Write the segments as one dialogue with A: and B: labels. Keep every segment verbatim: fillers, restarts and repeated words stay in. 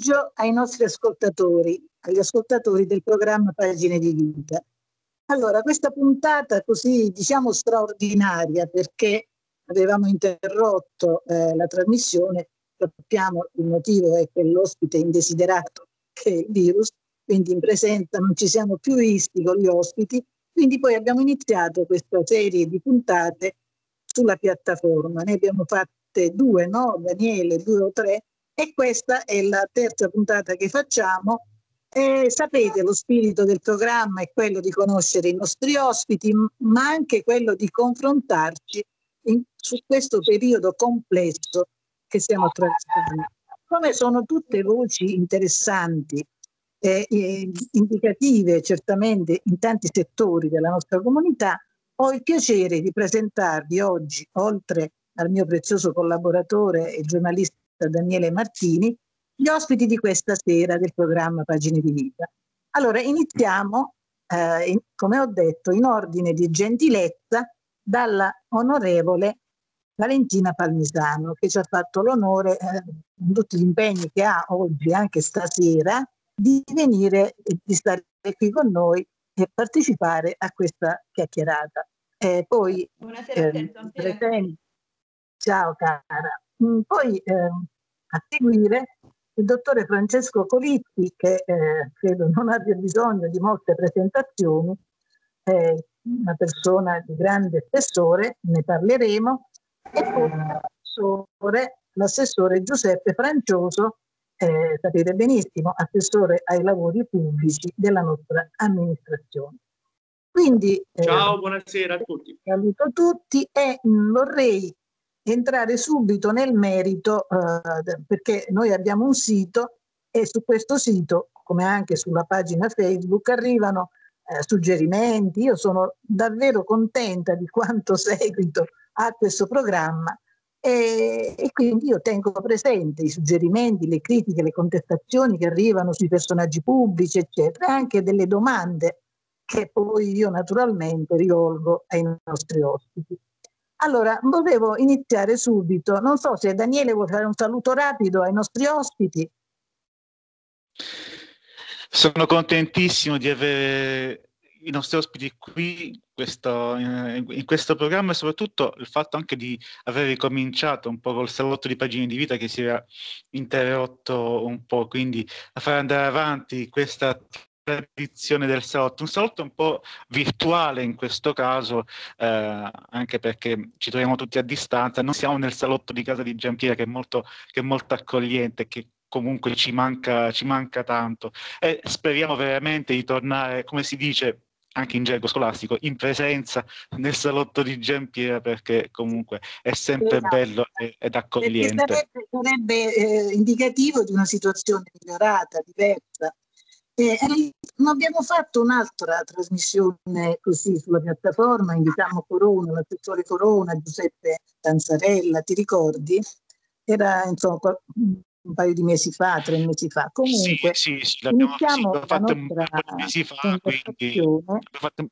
A: pomeriggio ai nostri ascoltatori, agli ascoltatori del programma Pagine di Vita. Allora, questa puntata così, diciamo, straordinaria, perché avevamo interrotto eh, la trasmissione, sappiamo il motivo è che l'ospite indesiderato, che è il virus, quindi in presenza non ci siamo più visti con gli ospiti, quindi poi abbiamo iniziato questa serie di puntate sulla piattaforma. Ne abbiamo fatte due, no? Daniele, due o tre, e questa è la terza puntata che facciamo. Eh, sapete, lo spirito del programma è quello di conoscere i nostri ospiti, ma anche quello di confrontarci in, su questo periodo complesso che stiamo attraversando. Come sono tutte voci interessanti, eh, eh, indicative certamente in tanti settori della nostra comunità, ho il piacere di presentarvi oggi, oltre al mio prezioso collaboratore e giornalista Daniele Martini, gli ospiti di questa sera del programma Pagine di Vita. Allora, iniziamo, eh, in, come ho detto, in ordine di gentilezza dalla onorevole Valentina Palmisano, che ci ha fatto l'onore, eh, con tutti gli impegni che ha oggi, anche stasera, di venire e di stare qui con noi e partecipare a questa chiacchierata. Eh, poi,
B: Buonasera a te,
A: presenti, ciao cara. Mm, poi eh, a seguire il dottore Francesco Colizzi, che eh, credo non abbia bisogno di molte presentazioni, è una persona di grande spessore, ne parleremo, e poi l'assessore, l'assessore Giuseppe Francioso, eh, sapete benissimo, assessore ai lavori pubblici della nostra amministrazione. Quindi, eh,
C: ciao, buonasera a tutti.
A: Saluto tutti e mh, vorrei entrare subito nel merito, eh, perché noi abbiamo un sito e su questo sito, come anche sulla pagina Facebook, arrivano eh, suggerimenti. Io sono davvero contenta di quanto seguito ha questo programma e, e quindi io tengo presente i suggerimenti, le critiche, le contestazioni che arrivano sui personaggi pubblici, eccetera, e anche delle domande che poi io naturalmente rivolgo ai nostri ospiti. Allora, volevo iniziare subito. Non so se Daniele vuole fare un saluto rapido ai nostri ospiti.
D: Sono contentissimo di avere i nostri ospiti qui questo, in questo programma e soprattutto il fatto anche di aver ricominciato un po' col salotto di Pagine di Vita che si era interrotto un po', quindi a far andare avanti questa tradizione del salotto, un salotto un po' virtuale in questo caso, eh, anche perché ci troviamo tutti a distanza, non siamo nel salotto di casa di Giampiera che è molto, che è molto accogliente, che comunque ci manca, ci manca tanto e speriamo veramente di tornare, come si dice anche in gergo scolastico, in presenza nel salotto di Giampiera, perché comunque è sempre
A: esatto.
D: bello ed accogliente.
A: Perché sarebbe, sarebbe eh, indicativo di una situazione migliorata, diversa. Eh, abbiamo fatto un'altra trasmissione così sulla piattaforma, invitiamo Corona, l'assessore Corona, Giuseppe Tanzarella, ti ricordi? Era insomma un paio di mesi fa, tre mesi fa. Comunque,
D: sì, sì, sì, l'abbiamo
A: iniziamo
D: sì,
A: la
D: fatto
A: nostra
D: un bel po' di mesi fa, quindi
A: conversazione.
D: l'abbiamo fatto,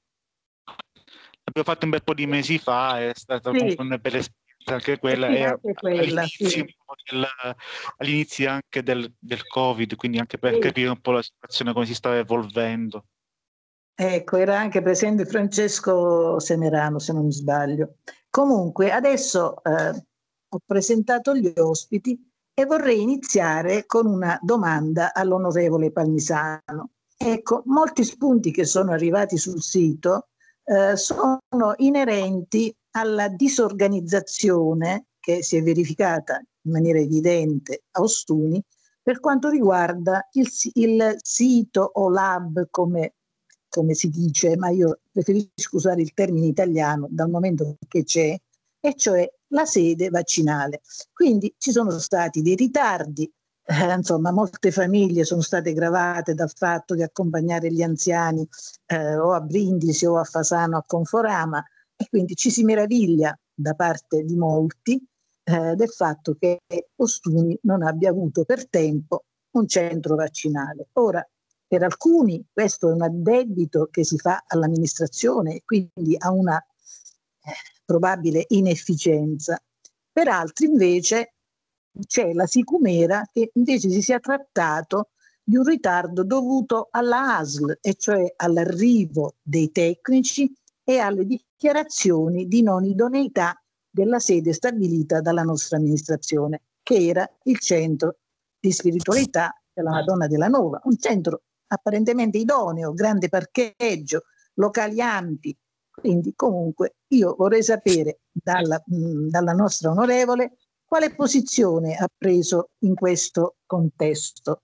D: l'abbiamo fatto un bel po' di mesi fa, è stata
A: Sì.
D: una bella esperienza anche quella,
A: sì,
D: e
A: anche quella,
D: all'inizio,
A: sì.
D: del, all'inizio anche del, del Covid, quindi anche per
A: Sì.
D: capire un po' la situazione, come si stava evolvendo.
A: Ecco, era anche presente Francesco Semerano, se non mi sbaglio. Comunque, adesso eh, ho presentato gli ospiti e vorrei iniziare con una domanda all'onorevole Palmisano. Ecco, molti spunti che sono arrivati sul sito eh, sono inerenti alla disorganizzazione che si è verificata in maniera evidente a Ostuni per quanto riguarda il, il sito o lab, come come si dice, ma io preferisco usare il termine italiano dal momento che c'è, e cioè la sede vaccinale. Quindi ci sono stati dei ritardi, eh, insomma molte famiglie sono state gravate dal fatto di accompagnare gli anziani eh, o a Brindisi o a Fasano a Conforama, e quindi ci si meraviglia da parte di molti eh, del fatto che Ostuni non abbia avuto per tempo un centro vaccinale. Ora, per alcuni questo è un addebito che si fa all'amministrazione e quindi a una eh, probabile inefficienza. Per altri invece c'è la sicumera che invece si sia trattato di un ritardo dovuto alla A S L, e cioè all'arrivo dei tecnici e alle dichiarazioni di non idoneità della sede stabilita dalla nostra amministrazione, che era il centro di spiritualità della Madonna della Nova, un centro apparentemente idoneo, grande parcheggio, locali ampi. Quindi comunque io vorrei sapere dalla, mh, dalla nostra onorevole quale posizione ha preso in questo contesto.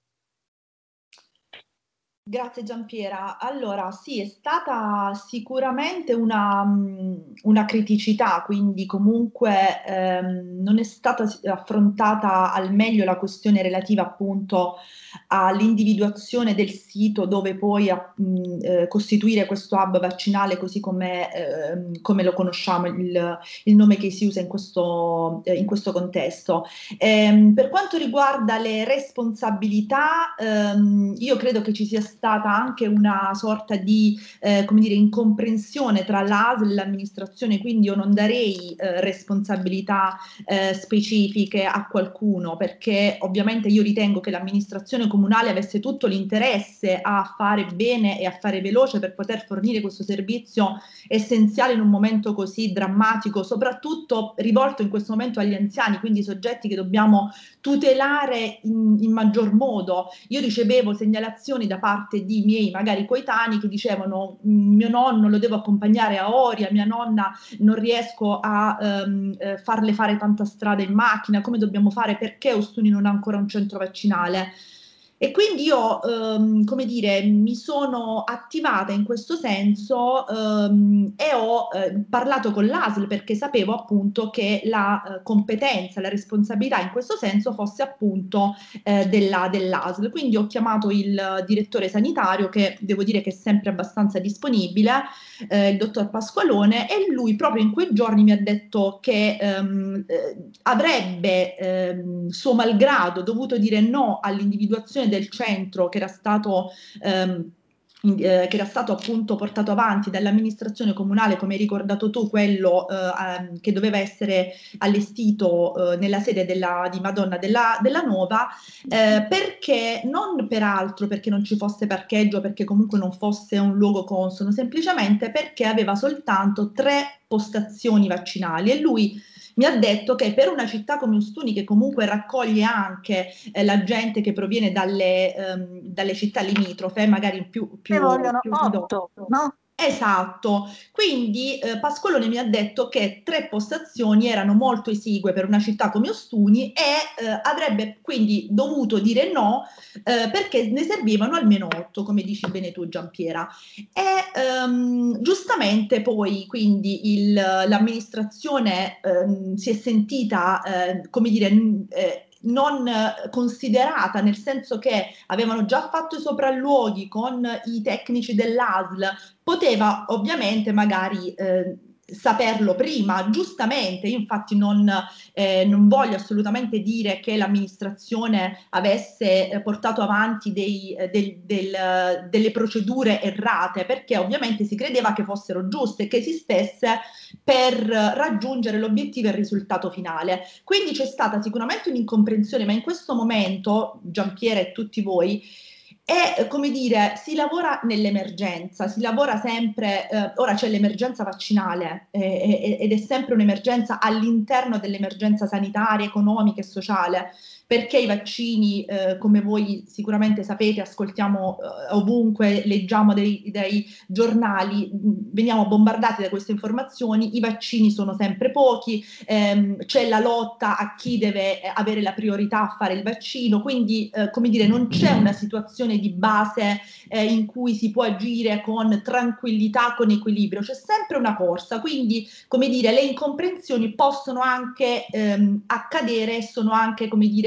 B: Grazie Giampiera. Allora, sì, è stata sicuramente una, mh, una criticità, quindi comunque ehm, non è stata affrontata al meglio la questione relativa appunto all'individuazione del sito dove poi a, mh, eh, costituire questo hub vaccinale così come, eh, come lo conosciamo, il, il nome che si usa in questo, eh, in questo contesto. Ehm, per quanto riguarda le responsabilità, ehm, io credo che ci sia stata anche una sorta di eh, come dire, incomprensione tra l'A S L e l'amministrazione, quindi io non darei eh, responsabilità eh, specifiche a qualcuno, perché ovviamente io ritengo che l'amministrazione comunale avesse tutto l'interesse a fare bene e a fare veloce per poter fornire questo servizio essenziale in un momento così drammatico, soprattutto rivolto in questo momento agli anziani, quindi soggetti che dobbiamo tutelare in, in maggior modo. Io ricevevo segnalazioni da parte di miei magari coetanei che dicevano mio nonno lo devo accompagnare a Oria, mia nonna non riesco a ehm, eh, farle fare tanta strada in macchina, come dobbiamo fare, perché Ostuni non ha ancora un centro vaccinale? E quindi io, ehm, come dire, mi sono attivata in questo senso ehm, e ho eh, parlato con l'A S L perché sapevo appunto che la eh, competenza, la responsabilità in questo senso fosse appunto eh, della, dell'A S L. Quindi ho chiamato il direttore sanitario, che devo dire che è sempre abbastanza disponibile, eh, il dottor Pasqualone, e lui proprio in quei giorni mi ha detto che ehm, eh, avrebbe ehm, suo malgrado dovuto dire no all'individuazione del centro che era stato ehm, eh, che era stato appunto portato avanti dall'amministrazione comunale, come hai ricordato tu, quello eh, ehm, che doveva essere allestito eh, nella sede della, di Madonna della, della Nova, eh, perché non peraltro perché non ci fosse parcheggio, perché comunque non fosse un luogo consono, semplicemente perché aveva soltanto tre postazioni vaccinali, e lui mi ha detto che per una città come Ostuni, che comunque raccoglie anche eh, la gente che proviene dalle, ehm, dalle città limitrofe, magari più, più,
A: Ne vogliono
B: più
A: otto, no?
B: Esatto, quindi eh, Pasqualone mi ha detto che tre postazioni erano molto esigue per una città come Ostuni e eh, avrebbe quindi dovuto dire no eh, perché ne servivano almeno otto, come dici bene tu Giampiera. E ehm, giustamente poi quindi il, l'amministrazione ehm, si è sentita, eh, come dire, eh, non considerata, nel senso che avevano già fatto i sopralluoghi con i tecnici dell'A S L, poteva ovviamente magari eh, saperlo prima, giustamente. Io infatti non, eh, non voglio assolutamente dire che l'amministrazione avesse eh, portato avanti dei, eh, del, del, delle procedure errate, perché ovviamente si credeva che fossero giuste, che esistesse per raggiungere l'obiettivo e il risultato finale. Quindi c'è stata sicuramente un'incomprensione, ma in questo momento, Giampiera e tutti voi, è come dire, si lavora nell'emergenza, si lavora sempre, eh, ora c'è l'emergenza vaccinale eh, ed è sempre un'emergenza all'interno dell'emergenza sanitaria, economica e sociale, perché i vaccini, eh, come voi sicuramente sapete, ascoltiamo eh, ovunque, leggiamo dei, dei giornali, mh, veniamo bombardati da queste informazioni, i vaccini sono sempre pochi, ehm, c'è la lotta a chi deve avere la priorità a fare il vaccino, quindi eh, come dire, non c'è una situazione di base eh, in cui si può agire con tranquillità, con equilibrio, c'è sempre una corsa, quindi come dire, le incomprensioni possono anche ehm, accadere e sono anche, come dire,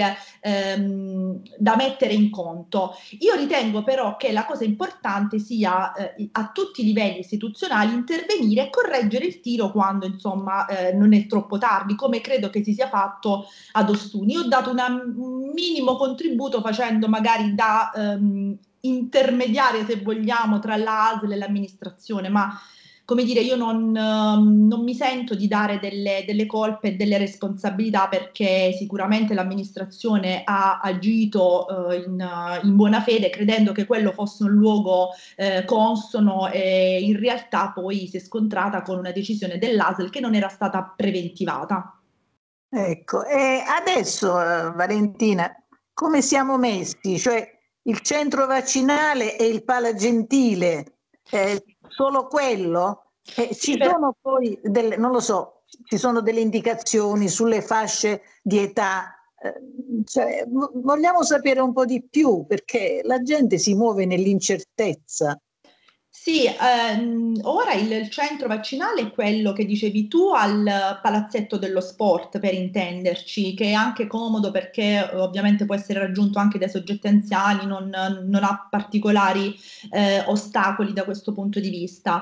B: ehm, da mettere in conto. Io ritengo però che la cosa importante sia eh, a tutti i livelli istituzionali intervenire e correggere il tiro quando insomma eh, non è troppo tardi, come credo che si sia fatto ad Ostuni. Io ho dato una, un minimo contributo facendo magari da ehm, intermediaria, se vogliamo, tra l'A S L e l'amministrazione, ma come dire, io non, non mi sento di dare delle, delle colpe e delle responsabilità, perché sicuramente l'amministrazione ha agito eh, in, in buona fede, credendo che quello fosse un luogo eh, consono, e in realtà poi si è scontrata con una decisione dell'A S L che non era stata preventivata.
A: Ecco, e adesso eh, Valentina, come siamo messi? Cioè il centro vaccinale e il Palagentile, eh, solo quello? Eh, ci
B: Sì, per-
A: sono poi delle, non lo so, ci sono delle indicazioni sulle fasce di età? Eh, cioè, vo- vogliamo sapere un po' di più, perché la gente si muove nell'incertezza.
B: Sì, ehm, ora il, il centro vaccinale è quello che dicevi tu al Palazzetto dello Sport, per intenderci, che è anche comodo perché eh, ovviamente può essere raggiunto anche dai soggetti anziani, non, non ha particolari eh, ostacoli da questo punto di vista.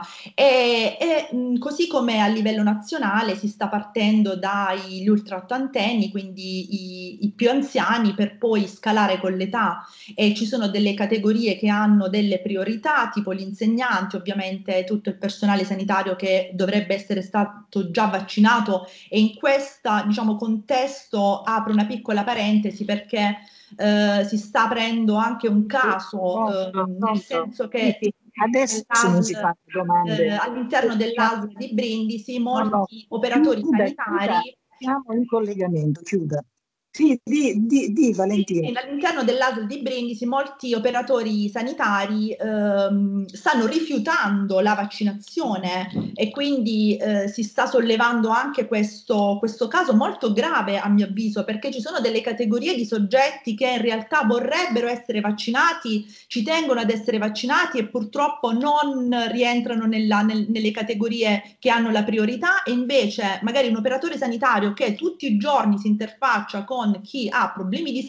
B: E, e, mh, così come a livello nazionale si sta partendo dagli ultraottantenni, quindi i, i più anziani, per poi scalare con l'età, e ci sono delle categorie che hanno delle priorità, tipo gli insegnanti, ovviamente tutto il personale sanitario che dovrebbe essere stato già vaccinato. E in questo, diciamo, contesto apro una piccola parentesi, perché eh, si sta aprendo anche un caso, eh,
A: Pronto,
B: nel
A: pronto.
B: senso
A: Sì,
B: che
A: sì. Adesso non si
B: nell'A S L,
A: fanno
B: eh,
A: domande.
B: all'interno dell'A S L di Brindisi
A: No, no,
B: molti operatori
A: chiuda, chiuda,
B: sanitari.
A: siamo in collegamento, chiuda. Sì, di, di, di
B: Sì,
A: Valentina.
B: sì, all'interno dell'A S L di Brindisi molti operatori sanitari ehm, stanno rifiutando la vaccinazione, e quindi eh, si sta sollevando anche questo, questo caso molto grave, a mio avviso, perché ci sono delle categorie di soggetti che in realtà vorrebbero essere vaccinati, ci tengono ad essere vaccinati, e purtroppo non rientrano nella- nel- nelle categorie che hanno la priorità. E invece magari un operatore sanitario che tutti i giorni si interfaccia con chi ha problemi di salute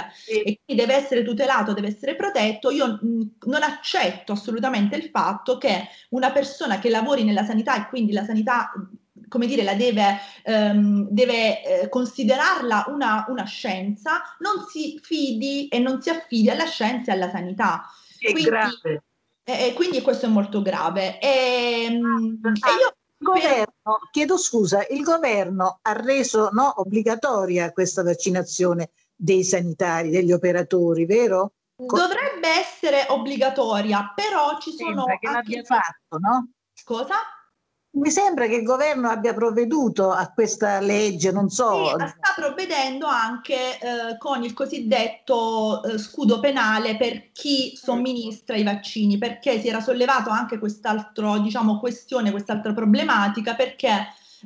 B: e chi deve essere tutelato, deve essere protetto, io mh, non accetto assolutamente il fatto che una persona che lavori nella sanità, e quindi la sanità, come dire, la deve, ehm, deve eh, considerarla una, una scienza, non si fidi e non si affidi alla scienza e alla sanità.
A: È
B: Quindi,
A: grave.
B: eh, quindi questo è molto grave. E, mh, e
A: Ah,
B: io
A: il
B: per
A: governo, chiedo scusa, il governo ha reso no, obbligatoria questa vaccinazione dei sanitari, degli operatori, vero? Co-
B: Dovrebbe essere obbligatoria, però ci
A: Sembra
B: sono
A: che l'abbia
B: anche...
A: fatto, no?
B: Cosa?
A: Mi sembra che il governo abbia provveduto a questa legge, non
B: Sì,
A: so.
B: sta provvedendo anche eh, con il cosiddetto eh, scudo penale per chi somministra i vaccini, perché si era sollevato anche quest'altro, diciamo, questione, quest'altra problematica, perché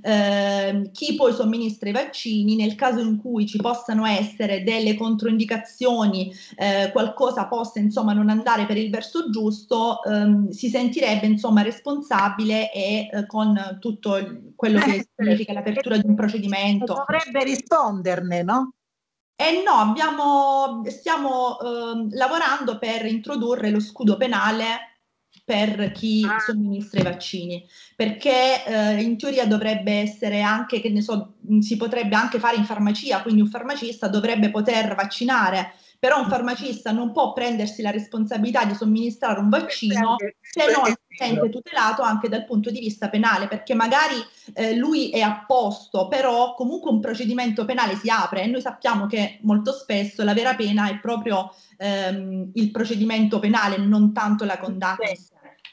B: eh, chi poi somministra i vaccini, nel caso in cui ci possano essere delle controindicazioni, eh, qualcosa possa insomma non andare per il verso giusto, ehm, si sentirebbe insomma responsabile, e eh, con tutto il- quello che significa l'apertura di un procedimento.
A: Dovrebbe risponderne, no?
B: E no, abbiamo, stiamo ehm, lavorando per introdurre lo scudo penale per chi somministra i vaccini, perché eh, in teoria dovrebbe essere anche, che ne so, mh, si potrebbe anche fare in farmacia, quindi un farmacista dovrebbe poter vaccinare, però un farmacista non può prendersi la responsabilità di somministrare un
A: Questo è
B: vaccino
A: anche,
B: se
A: questo
B: non
A: è
B: si sente
A: vero.
B: tutelato anche dal punto di vista penale, perché magari eh, lui è a posto, però comunque un procedimento penale si apre, e noi sappiamo che molto spesso la vera pena è proprio ehm, il procedimento penale, non tanto la condanna in sé.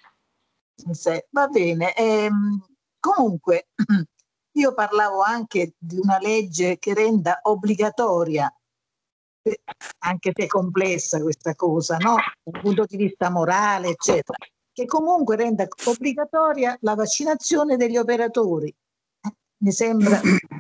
A: Sì, va bene. Ehm, comunque, io parlavo anche di una legge che renda obbligatoria, eh, anche se è complessa questa cosa, no? Dal punto di vista morale, eccetera, che comunque renda obbligatoria la vaccinazione degli operatori. Eh, mi sembra,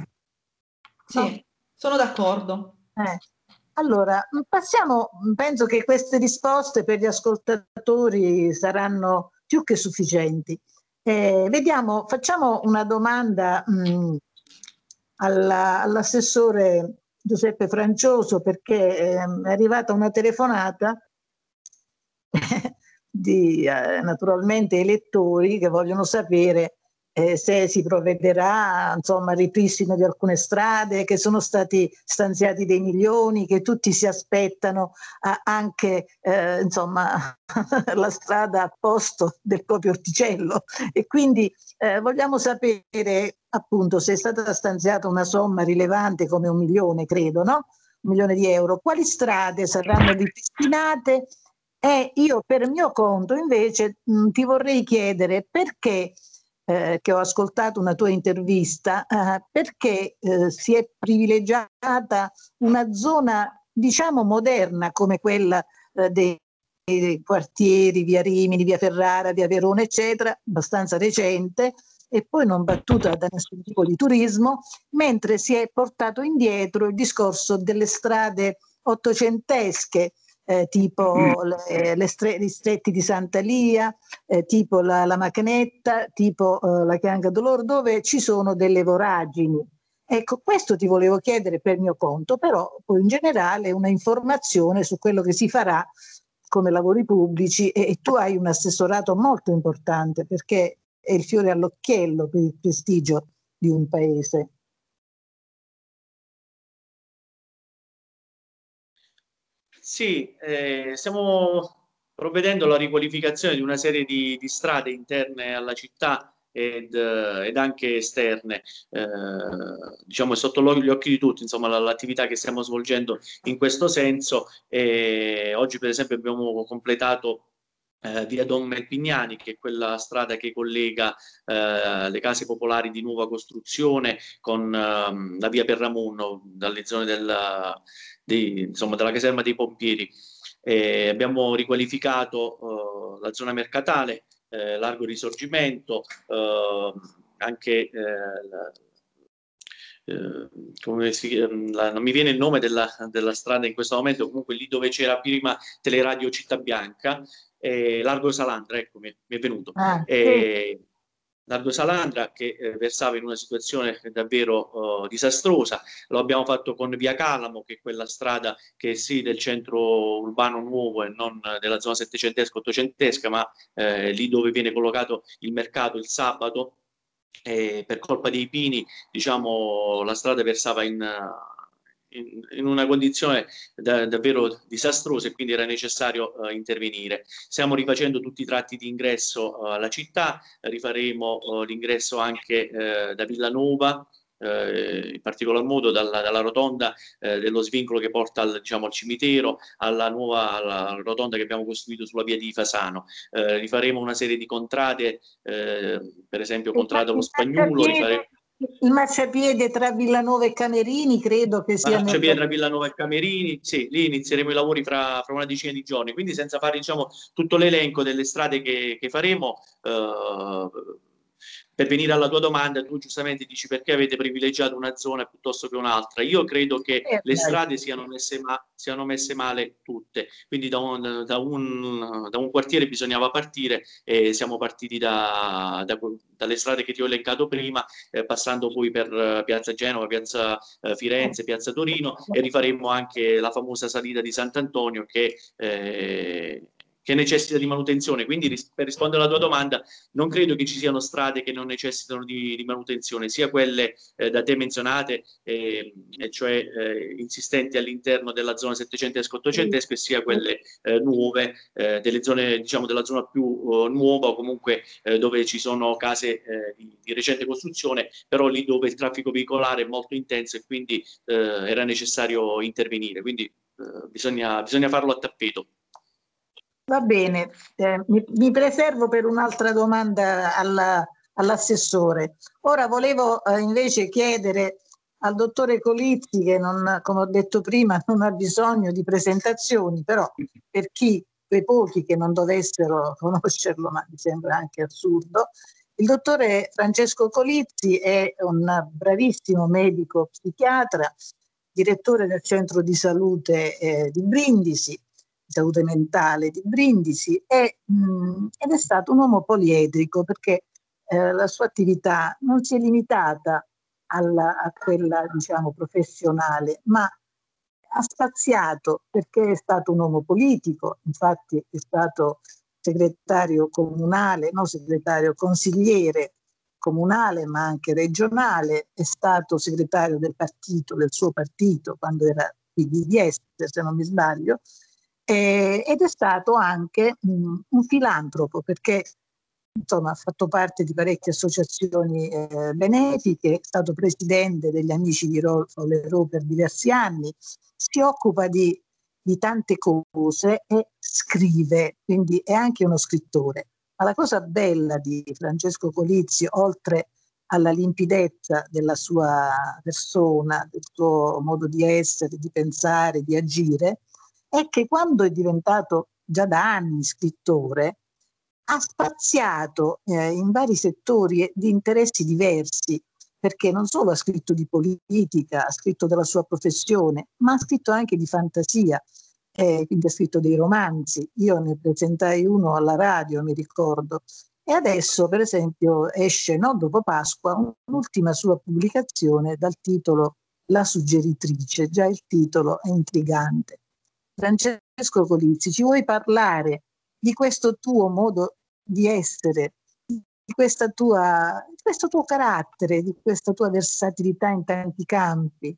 A: no?
B: Sì, sono d'accordo.
A: Eh. Allora, passiamo, penso che queste risposte per gli ascoltatori saranno più che sufficienti. Eh, vediamo, facciamo una domanda mh, alla- all'assessore Giuseppe Francioso, perché eh, è arrivata una telefonata di eh, naturalmente elettori che vogliono sapere eh, se si provvederà insomma al ripristino di alcune strade, che sono stati stanziati dei milioni, che tutti si aspettano eh, anche eh, insomma la strada a posto del proprio orticello, e quindi eh, vogliamo sapere appunto se è stata stanziata una somma rilevante come un milione, credo, no? Un milione di euro. Quali strade saranno ripristinate? E io per mio conto invece mh, ti vorrei chiedere perché, eh, che ho ascoltato una tua intervista, eh, perché eh, si è privilegiata una zona diciamo moderna come quella eh, dei, dei quartieri, via Rimini, via Ferrara, via Verona, eccetera, abbastanza recente, e poi non battuta da nessun tipo di turismo, mentre si è portato indietro il discorso delle strade ottocentesche, eh, tipo le, le stre- gli stretti di Santa Lia, eh, tipo la, la Macchinetta, tipo eh, la Chianga d'Olor, dove ci sono delle voragini. Ecco, questo ti volevo chiedere per mio conto, però poi in generale una informazione su quello che si farà come lavori pubblici, e, e tu hai un assessorato molto importante perché è il fiore all'occhiello per il prestigio di un paese.
C: Sì, eh, stiamo provvedendo alla riqualificazione di una serie di, di strade interne alla città ed, eh, ed anche esterne, eh, diciamo sotto gli occhi di tutti, insomma, l'attività che stiamo svolgendo in questo senso. E oggi, per esempio, abbiamo completato eh, via Don Melpignani, che è quella strada che collega eh, le case popolari di nuova costruzione con ehm, la via Perramuno, dalle zone della, di, insomma, della caserma dei pompieri. Eh, abbiamo riqualificato eh, la zona mercatale, eh, Largo Risorgimento, eh, anche eh, la, eh, come si, la, non mi viene il nome della, della strada in questo momento, comunque lì dove c'era prima Teleradio Città Bianca, eh, Largo Salandra, ecco, mi, mi è venuto.
A: Ah,
C: eh, sì. Largo Salandra che eh, versava in una situazione davvero uh, disastrosa. Lo abbiamo fatto con via Calamo, che è quella strada che è sì del centro urbano nuovo e non della zona settecentesca, ottocentesca, ma eh, lì dove viene collocato il mercato il sabato. E per colpa dei pini, diciamo, la strada versava in, in, in una condizione da, davvero disastrosa, e quindi era necessario uh, intervenire. Stiamo rifacendo tutti i tratti di ingresso uh, alla città, rifaremo uh, l'ingresso anche uh, da Villanova, eh, in particolar modo dalla, dalla rotonda eh, dello svincolo che porta al, diciamo, al cimitero, alla nuova alla rotonda che abbiamo costruito sulla via di Fasano. Eh, rifaremo una serie di contrade, eh, per esempio contrada allo Spagnuolo, rifaremo...
A: Il marciapiede tra Villanova e Camerini credo che sia...
C: Marciapiede tra Villanova e Camerini, sì, lì inizieremo i lavori fra, fra una decina di giorni, quindi senza fare, diciamo, tutto l'elenco delle strade che, che faremo. Eh, per venire alla tua domanda, tu giustamente dici perché avete privilegiato una zona piuttosto che un'altra. Io credo che
A: Eh,
C: le strade siano messe, ma, siano messe male tutte, quindi da un, da, un, da un quartiere bisognava partire, e siamo partiti da, da, dalle strade che ti ho elencato prima, eh, passando poi per uh, Piazza Genova, Piazza uh, Firenze, Piazza Torino, e rifaremo anche la famosa salita di Sant'Antonio che... Eh, che necessita di manutenzione. Quindi, ris- per rispondere alla tua domanda, non credo che ci siano strade che non necessitano di, di manutenzione, sia quelle eh, da te menzionate, eh, e cioè eh, insistenti all'interno della zona settecentesca ottocentesca, sia quelle eh, nuove, eh, delle zone, diciamo, della zona più uh, nuova, o comunque eh, dove ci sono case eh, di, di recente costruzione, però lì dove il traffico veicolare è molto intenso e quindi eh, era necessario intervenire. Quindi eh, bisogna, bisogna farlo a tappeto.
A: Va bene, eh, mi, mi preservo per un'altra domanda alla, all'assessore. Ora volevo eh, invece chiedere al dottore Colizzi, che non, come ho detto prima, non ha bisogno di presentazioni, però per chi, quei pochi che non dovessero conoscerlo, ma mi sembra anche assurdo, il dottore Francesco Colizzi è un bravissimo medico psichiatra, direttore del centro di salute eh, di Brindisi, salute mentale di Brindisi, e, mh, ed è stato un uomo poliedrico perché eh, la sua attività non si è limitata alla, a quella, diciamo, professionale, ma ha spaziato, perché è stato un uomo politico, infatti è stato segretario comunale, no segretario, consigliere comunale ma anche regionale, è stato segretario del partito, del suo partito, quando era P D di Ester, se non mi sbaglio, eh, ed è stato anche mh, un filantropo, perché insomma ha fatto parte di parecchie associazioni eh, benefiche, è stato presidente degli Amici di Rollerò per diversi anni, si occupa di, di tante cose e scrive, quindi è anche uno scrittore. Ma la cosa bella di Francesco Colizzi, oltre alla limpidezza della sua persona, del suo modo di essere, di pensare, di agire, è che quando è diventato già da anni scrittore, ha spaziato eh, in vari settori di interessi diversi, perché non solo ha scritto di politica, ha scritto della sua professione, ma ha scritto anche di fantasia, eh, quindi ha scritto dei romanzi. Io ne presentai uno alla radio, mi ricordo, e adesso per esempio esce, no, dopo Pasqua, un'ultima sua pubblicazione dal titolo La suggeritrice, già il titolo è intrigante. Francesco Colizzi, ci vuoi parlare di questo tuo modo di essere, di questa tua, di questo tuo carattere, di questa tua versatilità in tanti campi?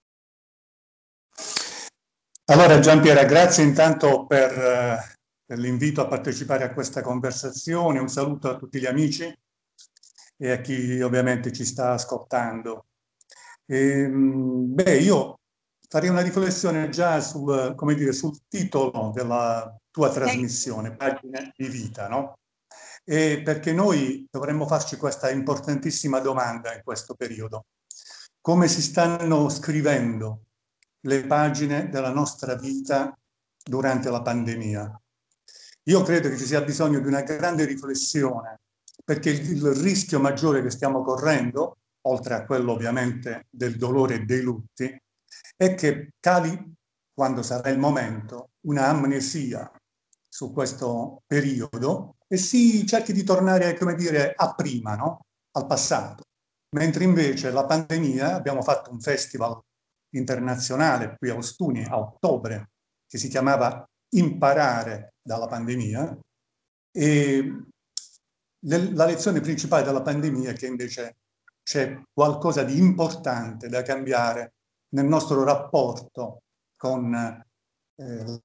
E: Allora Giampiera, grazie intanto per, eh, per l'invito a partecipare a questa conversazione, un saluto a tutti gli amici e a chi ovviamente ci sta ascoltando. E, beh, io farei una riflessione già sul, come dire, sul titolo della tua trasmissione, Pagine di vita, no? E perché noi dovremmo farci questa importantissima domanda in questo periodo. Come si stanno scrivendo le pagine della nostra vita durante la pandemia? Io credo che ci sia bisogno di una grande riflessione, perché il, il rischio maggiore che stiamo correndo, oltre a quello ovviamente del dolore e dei lutti, è che cali, quando sarà il momento, una amnesia su questo periodo e si cerchi di tornare, come dire, a prima, no? Al passato. Mentre invece la pandemia, abbiamo fatto un festival internazionale qui a Ostuni a ottobre che si chiamava Imparare dalla pandemia, e le, la lezione principale della pandemia è che invece c'è qualcosa di importante da cambiare nel nostro rapporto con eh,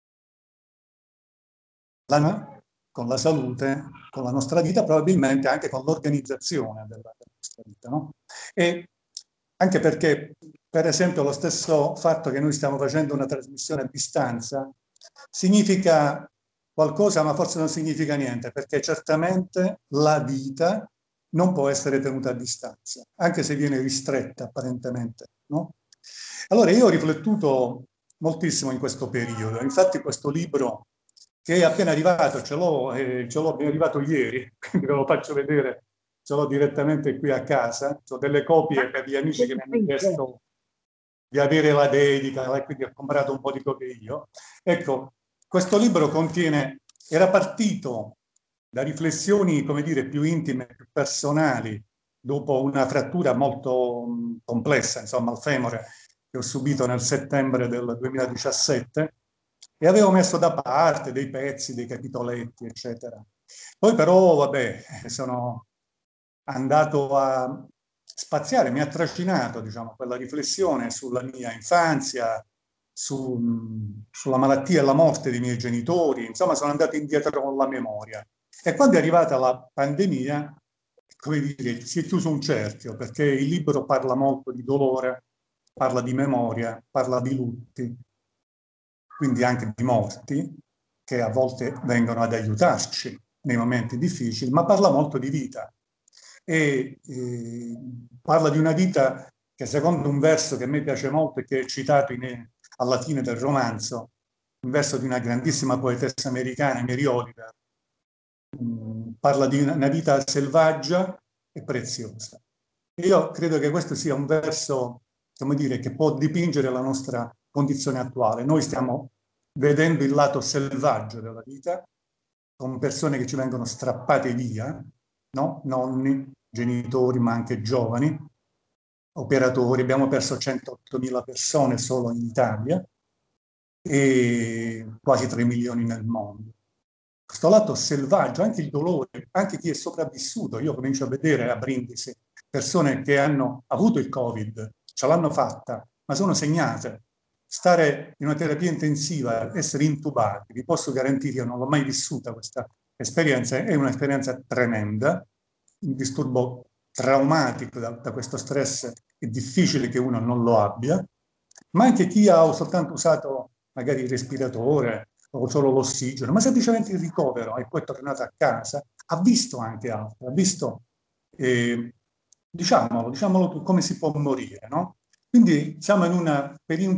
E: la, con la salute, con la nostra vita, probabilmente anche con l'organizzazione della, della nostra vita, no? E anche perché, per esempio, lo stesso fatto che noi stiamo facendo una trasmissione a distanza significa qualcosa, ma forse non significa niente, perché certamente la vita non può essere tenuta a distanza, anche se viene ristretta apparentemente, no? Allora io ho riflettuto moltissimo in questo periodo, infatti questo libro che è appena arrivato, ce l'ho, eh, ce l'ho appena arrivato ieri, quindi ve lo faccio vedere, ce l'ho direttamente qui a casa, ho delle copie per gli amici che mi hanno chiesto di avere la dedica, e quindi ho comprato un po' di copie io. Ecco, questo libro contiene, era partito da riflessioni, come dire, più intime, più personali, dopo una frattura molto mh, complessa, insomma, al femore, che ho subito nel settembre del duemiladiciassette, e avevo messo da parte dei pezzi, dei capitoletti, eccetera. Poi però, vabbè, sono andato a spaziare, mi ha trascinato, diciamo, quella riflessione sulla mia infanzia, su, sulla malattia e la morte dei miei genitori, insomma sono andato indietro con la memoria. E quando è arrivata la pandemia, come dire, si è chiuso un cerchio, perché il libro parla molto di dolore, parla di memoria, parla di lutti, quindi anche di morti, che a volte vengono ad aiutarci nei momenti difficili, ma parla molto di vita. E eh, parla di una vita che, secondo un verso che a me piace molto e che è citato in, alla fine del romanzo, un verso di una grandissima poetessa americana, Mary Oliver, mh, parla di una, una vita selvaggia e preziosa. E io credo che questo sia un verso, come dire, che può dipingere la nostra condizione attuale. Noi stiamo vedendo il lato selvaggio della vita, con persone che ci vengono strappate via, no? Nonni, genitori, ma anche giovani, operatori. Abbiamo perso centottomila persone solo in Italia e quasi tre milioni nel mondo. questo lato selvaggio, anche il dolore, anche chi è sopravvissuto. Io comincio a vedere a Brindisi persone che hanno avuto il Covid, ce l'hanno fatta, ma sono segnate. Stare in una terapia intensiva, essere intubati, vi posso garantire, io non l'ho mai vissuta questa esperienza, è un'esperienza tremenda, un disturbo traumatico da, da questo stress, è difficile che uno non lo abbia, ma anche chi ha soltanto usato magari il respiratore o solo l'ossigeno, ma semplicemente il ricovero e poi è tornato a casa, ha visto anche altro, ha visto, eh, diciamolo, diciamolo come si può morire, no? Quindi siamo in una periodo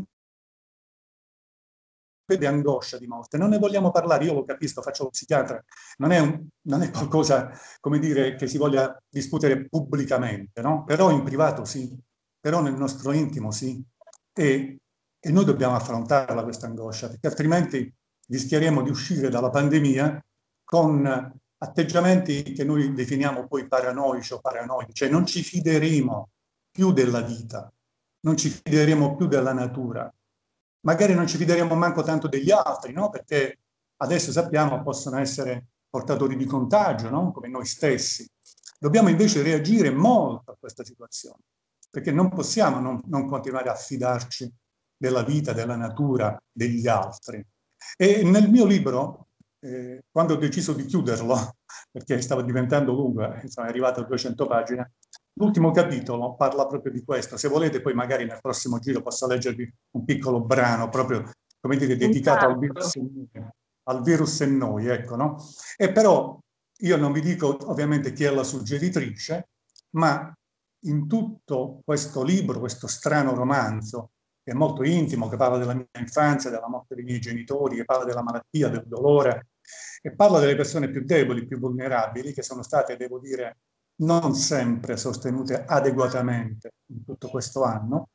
E: di angoscia di morte, non ne vogliamo parlare, io lo capisco, faccio lo psichiatra, non è, un, non è qualcosa, come dire, che si voglia discutere pubblicamente, no? Però in privato sì, però nel nostro intimo sì, e, e noi dobbiamo affrontarla questa angoscia, perché altrimenti rischieremo di uscire dalla pandemia con atteggiamenti che noi definiamo poi paranoici o paranoidi, cioè non ci fideremo più della vita, non ci fideremo più della natura, magari non ci fideremo manco tanto degli altri, no? Perché adesso sappiamo possono essere portatori di contagio, no? Come noi stessi. Dobbiamo invece reagire molto a questa situazione, perché non possiamo non, non continuare a fidarci della vita, della natura, degli altri. E nel mio libro, eh, quando ho deciso di chiuderlo, perché stava diventando lungo, eh, sono arrivato a duecento pagine, l'ultimo capitolo parla proprio di questo. Se volete poi magari nel prossimo giro posso leggervi un piccolo brano proprio, come dire, dedicato al virus e noi, al virus e noi, ecco, no? E però io non vi dico ovviamente chi è la suggeritrice, ma in tutto questo libro, questo strano romanzo, che è molto intimo, che parla della mia infanzia, della morte dei miei genitori, che parla della malattia, del dolore, e parla delle persone più deboli, più vulnerabili, che sono state, devo dire, non sempre sostenute adeguatamente in tutto questo anno.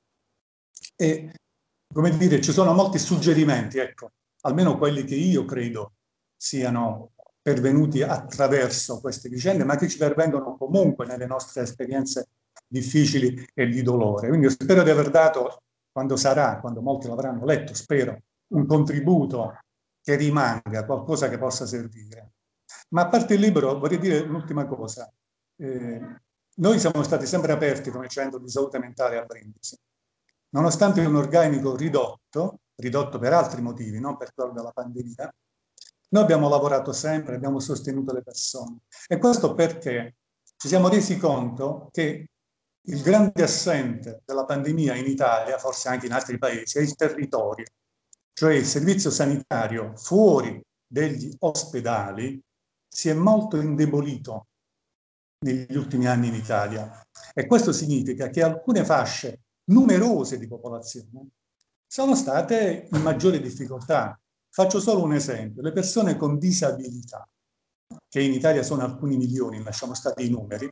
E: E, come dire, ci sono molti suggerimenti, ecco, almeno quelli che io credo siano pervenuti attraverso queste vicende, ma che ci pervengono comunque nelle nostre esperienze difficili e di dolore. Quindi io spero di aver dato, quando sarà, quando molti l'avranno letto, spero, un contributo che rimanga, qualcosa che possa servire. Ma a parte il libro, vorrei dire un'ultima cosa. Eh, noi siamo stati sempre aperti come centro di salute mentale a Brindisi. Nonostante un organico ridotto, ridotto per altri motivi, non per quello della pandemia, noi abbiamo lavorato sempre, abbiamo sostenuto le persone. E questo perché ci siamo resi conto che il grande assente della pandemia in Italia, forse anche in altri paesi, è il territorio. Cioè il servizio sanitario fuori degli ospedali si è molto indebolito negli ultimi anni in Italia. E questo significa che alcune fasce numerose di popolazione sono state in maggiore difficoltà. Faccio solo un esempio: le persone con disabilità, che in Italia sono alcuni milioni, lasciamo stare i numeri,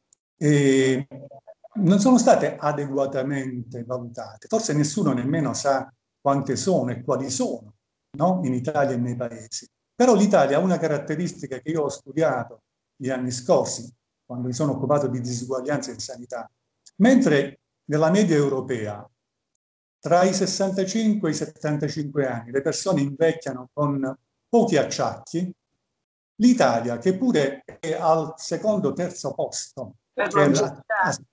E: e non sono state adeguatamente valutate. Forse nessuno nemmeno sa quante sono e quali sono, no? In Italia e nei paesi. Però l'Italia ha una caratteristica che io ho studiato gli anni scorsi, quando mi sono occupato di disuguaglianza in sanità, mentre nella media europea tra i sessantacinque e i settantacinque anni le persone invecchiano con pochi acciacchi, l'Italia, che pure è al secondo o terzo posto per,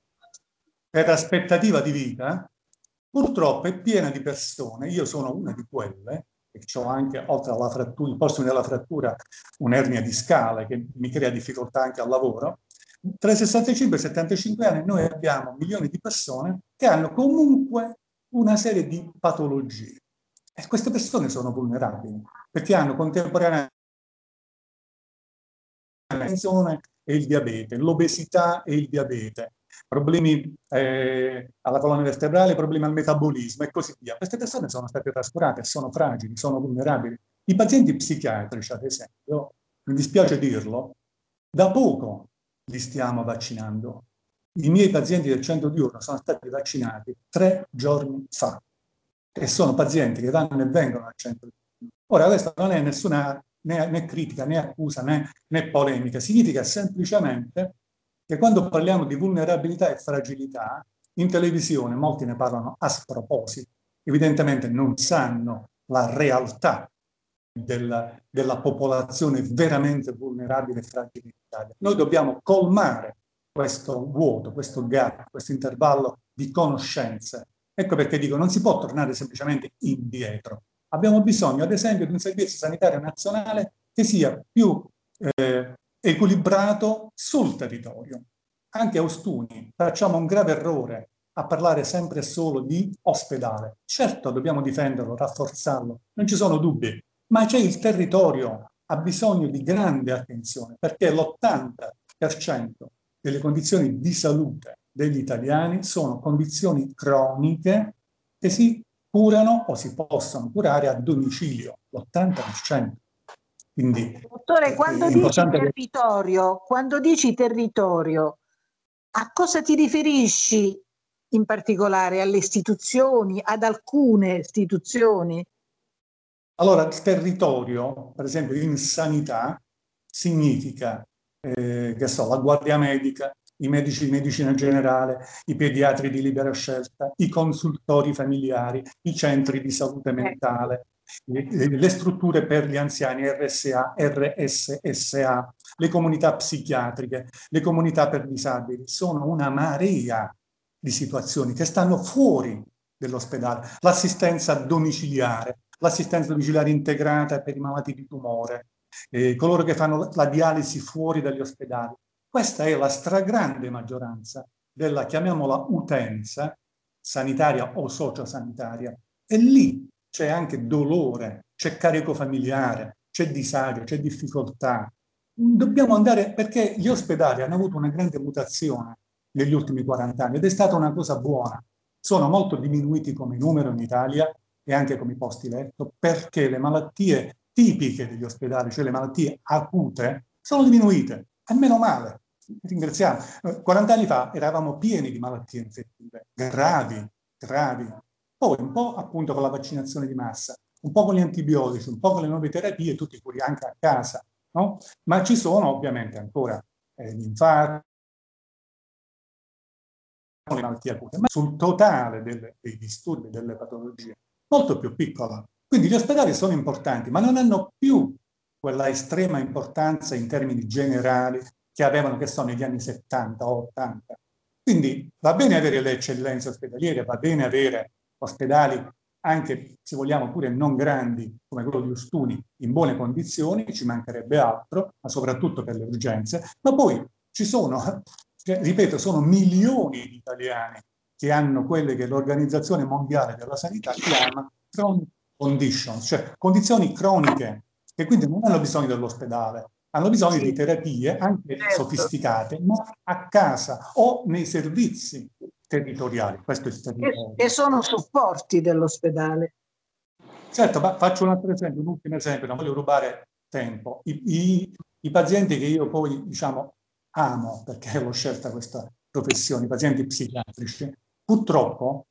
E: per aspettativa di vita, purtroppo è piena di persone, io sono una di quelle, e ho anche, oltre alla frattura, il posto della frattura, un'ernia discale che mi crea difficoltà anche al lavoro. Tra i sessantacinque e i settantacinque anni noi abbiamo milioni di persone che hanno comunque una serie di patologie. E queste persone sono vulnerabili, perché hanno contemporaneamente l'attenzione e il diabete, l'obesità e il diabete, problemi eh, alla colonna vertebrale, problemi al metabolismo e così via. Queste persone sono state trascurate, sono fragili, sono vulnerabili. I pazienti psichiatrici, ad esempio, mi dispiace dirlo, da poco li stiamo vaccinando. I miei pazienti del centro diurno sono stati vaccinati tre giorni fa e sono pazienti che vanno e vengono al centro diurno. Ora, questa non è nessuna né, né critica, né accusa, né, né polemica. Significa semplicemente che quando parliamo di vulnerabilità e fragilità, in televisione molti ne parlano a sproposito, evidentemente non sanno la realtà della, della popolazione veramente vulnerabile e fragile in Italia. Noi dobbiamo colmare questo vuoto, questo gap, questo intervallo di conoscenze. Ecco perché dico, non si può tornare semplicemente indietro. Abbiamo bisogno, ad esempio, di un servizio sanitario nazionale che sia più eh, equilibrato sul territorio. Anche a Ostuni facciamo un grave errore a parlare sempre e solo di ospedale. Certo, dobbiamo difenderlo, rafforzarlo, non ci sono dubbi, ma c'è il territorio, ha bisogno di grande attenzione, perché l'ottanta per cento delle condizioni di salute degli italiani sono condizioni croniche che si curano o si possono curare a domicilio, l'ottanta per cento. Quindi,
A: dottore, quando dici
E: importante...
A: territorio, quando dici territorio, a cosa ti riferisci in particolare? Alle istituzioni, ad alcune istituzioni?
E: Allora, il territorio, per esempio in sanità, significa, eh, che so, la guardia medica, i medici di medicina generale, i pediatri di libera scelta, i consultori familiari, i centri di salute mentale, le, le strutture per gli anziani R S A, R S S A, le comunità psichiatriche, le comunità per disabili. Sono una marea di situazioni che stanno fuori dell'ospedale. L'assistenza domiciliare, l'assistenza domiciliare integrata per i malati di tumore, eh, coloro che fanno la dialisi fuori dagli ospedali. Questa è la stragrande maggioranza della, chiamiamola, utenza sanitaria o sociosanitaria. E lì c'è anche dolore, c'è carico familiare, c'è disagio, c'è difficoltà. Dobbiamo andare, perché gli ospedali hanno avuto una grande mutazione negli ultimi quaranta anni ed è stata una cosa buona. Sono molto diminuiti come numero in Italia e anche come posti letto, perché le malattie tipiche degli ospedali, cioè le malattie acute, sono diminuite. E meno male, ringraziamo. quaranta anni fa eravamo pieni di malattie infettive, gravi, gravi. Poi un po' appunto con la vaccinazione di massa, un po' con gli antibiotici, un po' con le nuove terapie, tutti curi anche a casa, no? Ma ci sono ovviamente ancora eh, gli infarti, le malattie acute, ma sul totale delle, dei disturbi, delle patologie, molto più piccola. Quindi gli ospedali sono importanti, ma non hanno più quella estrema importanza in termini generali che avevano, che sono negli anni settanta o ottanta. Quindi va bene avere le eccellenze ospedaliere, va bene avere ospedali anche, se vogliamo, pure non grandi come quello di Ostuni, in buone condizioni, ci mancherebbe altro, ma soprattutto per le urgenze. Ma poi ci sono, cioè, ripeto, sono milioni di italiani che hanno quelle che l'Organizzazione Mondiale della Sanità chiama chronic conditions, cioè condizioni croniche, che quindi non hanno bisogno dell'ospedale, hanno bisogno sì. di terapie anche certo. sofisticate, ma a casa o nei servizi territoriali. Questo è il territorio.
A: E sono supporti dell'ospedale.
E: Certo, ma faccio un altro esempio, un ultimo esempio, non voglio rubare tempo. I, i, i pazienti che io poi, diciamo, amo, perché l'ho scelta questa professione, i pazienti psichiatrici, purtroppo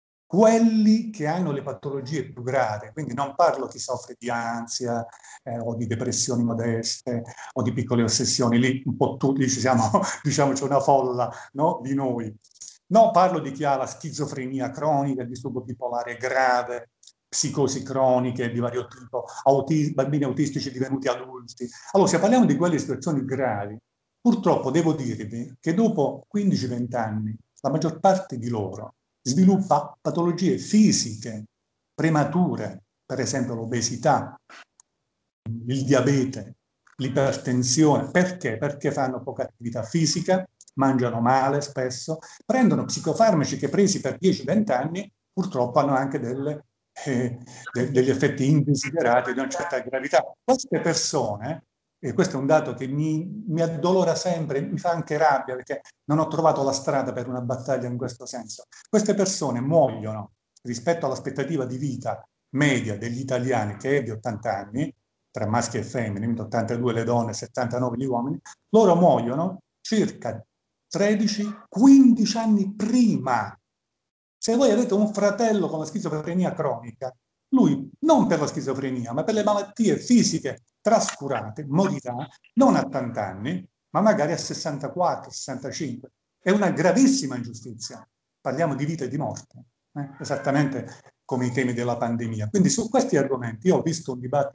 E: quelli che hanno le patologie più gravi, quindi non parlo chi soffre di ansia eh, o di depressioni modeste o di piccole ossessioni, lì un po' tutti ci siamo, diciamo c'è una folla, no, di noi. No, parlo di chi ha la schizofrenia cronica, il disturbo bipolare grave, psicosi croniche di vario tipo, auti- bambini autistici divenuti adulti. Allora, se parliamo di quelle situazioni gravi, purtroppo devo dirvi che dopo quindici venti anni la maggior parte di loro sviluppa patologie fisiche premature, per esempio l'obesità, il diabete, l'ipertensione. Perché? Perché fanno poca attività fisica, mangiano male spesso, prendono psicofarmaci che presi per dieci venti anni purtroppo hanno anche delle, eh, de- degli effetti indesiderati di una certa gravità. Queste persone, e questo è un dato che mi, mi addolora sempre, mi fa anche rabbia perché non ho trovato la strada per una battaglia in questo senso, queste persone muoiono rispetto all'aspettativa di vita media degli italiani, che è di ottanta anni, tra maschi e femmine, ottantadue le donne, settantanove gli uomini, loro muoiono circa tredici quindici anni prima. Se voi avete un fratello con la schizofrenia cronica, lui non per la schizofrenia, ma per le malattie fisiche trascurate, morirà non a ottanta anni, ma magari a sessantaquattro sessantacinque. È una gravissima ingiustizia. Parliamo di vita e di morte, eh? esattamente come i temi della pandemia. Quindi su questi argomenti io ho visto un dibattito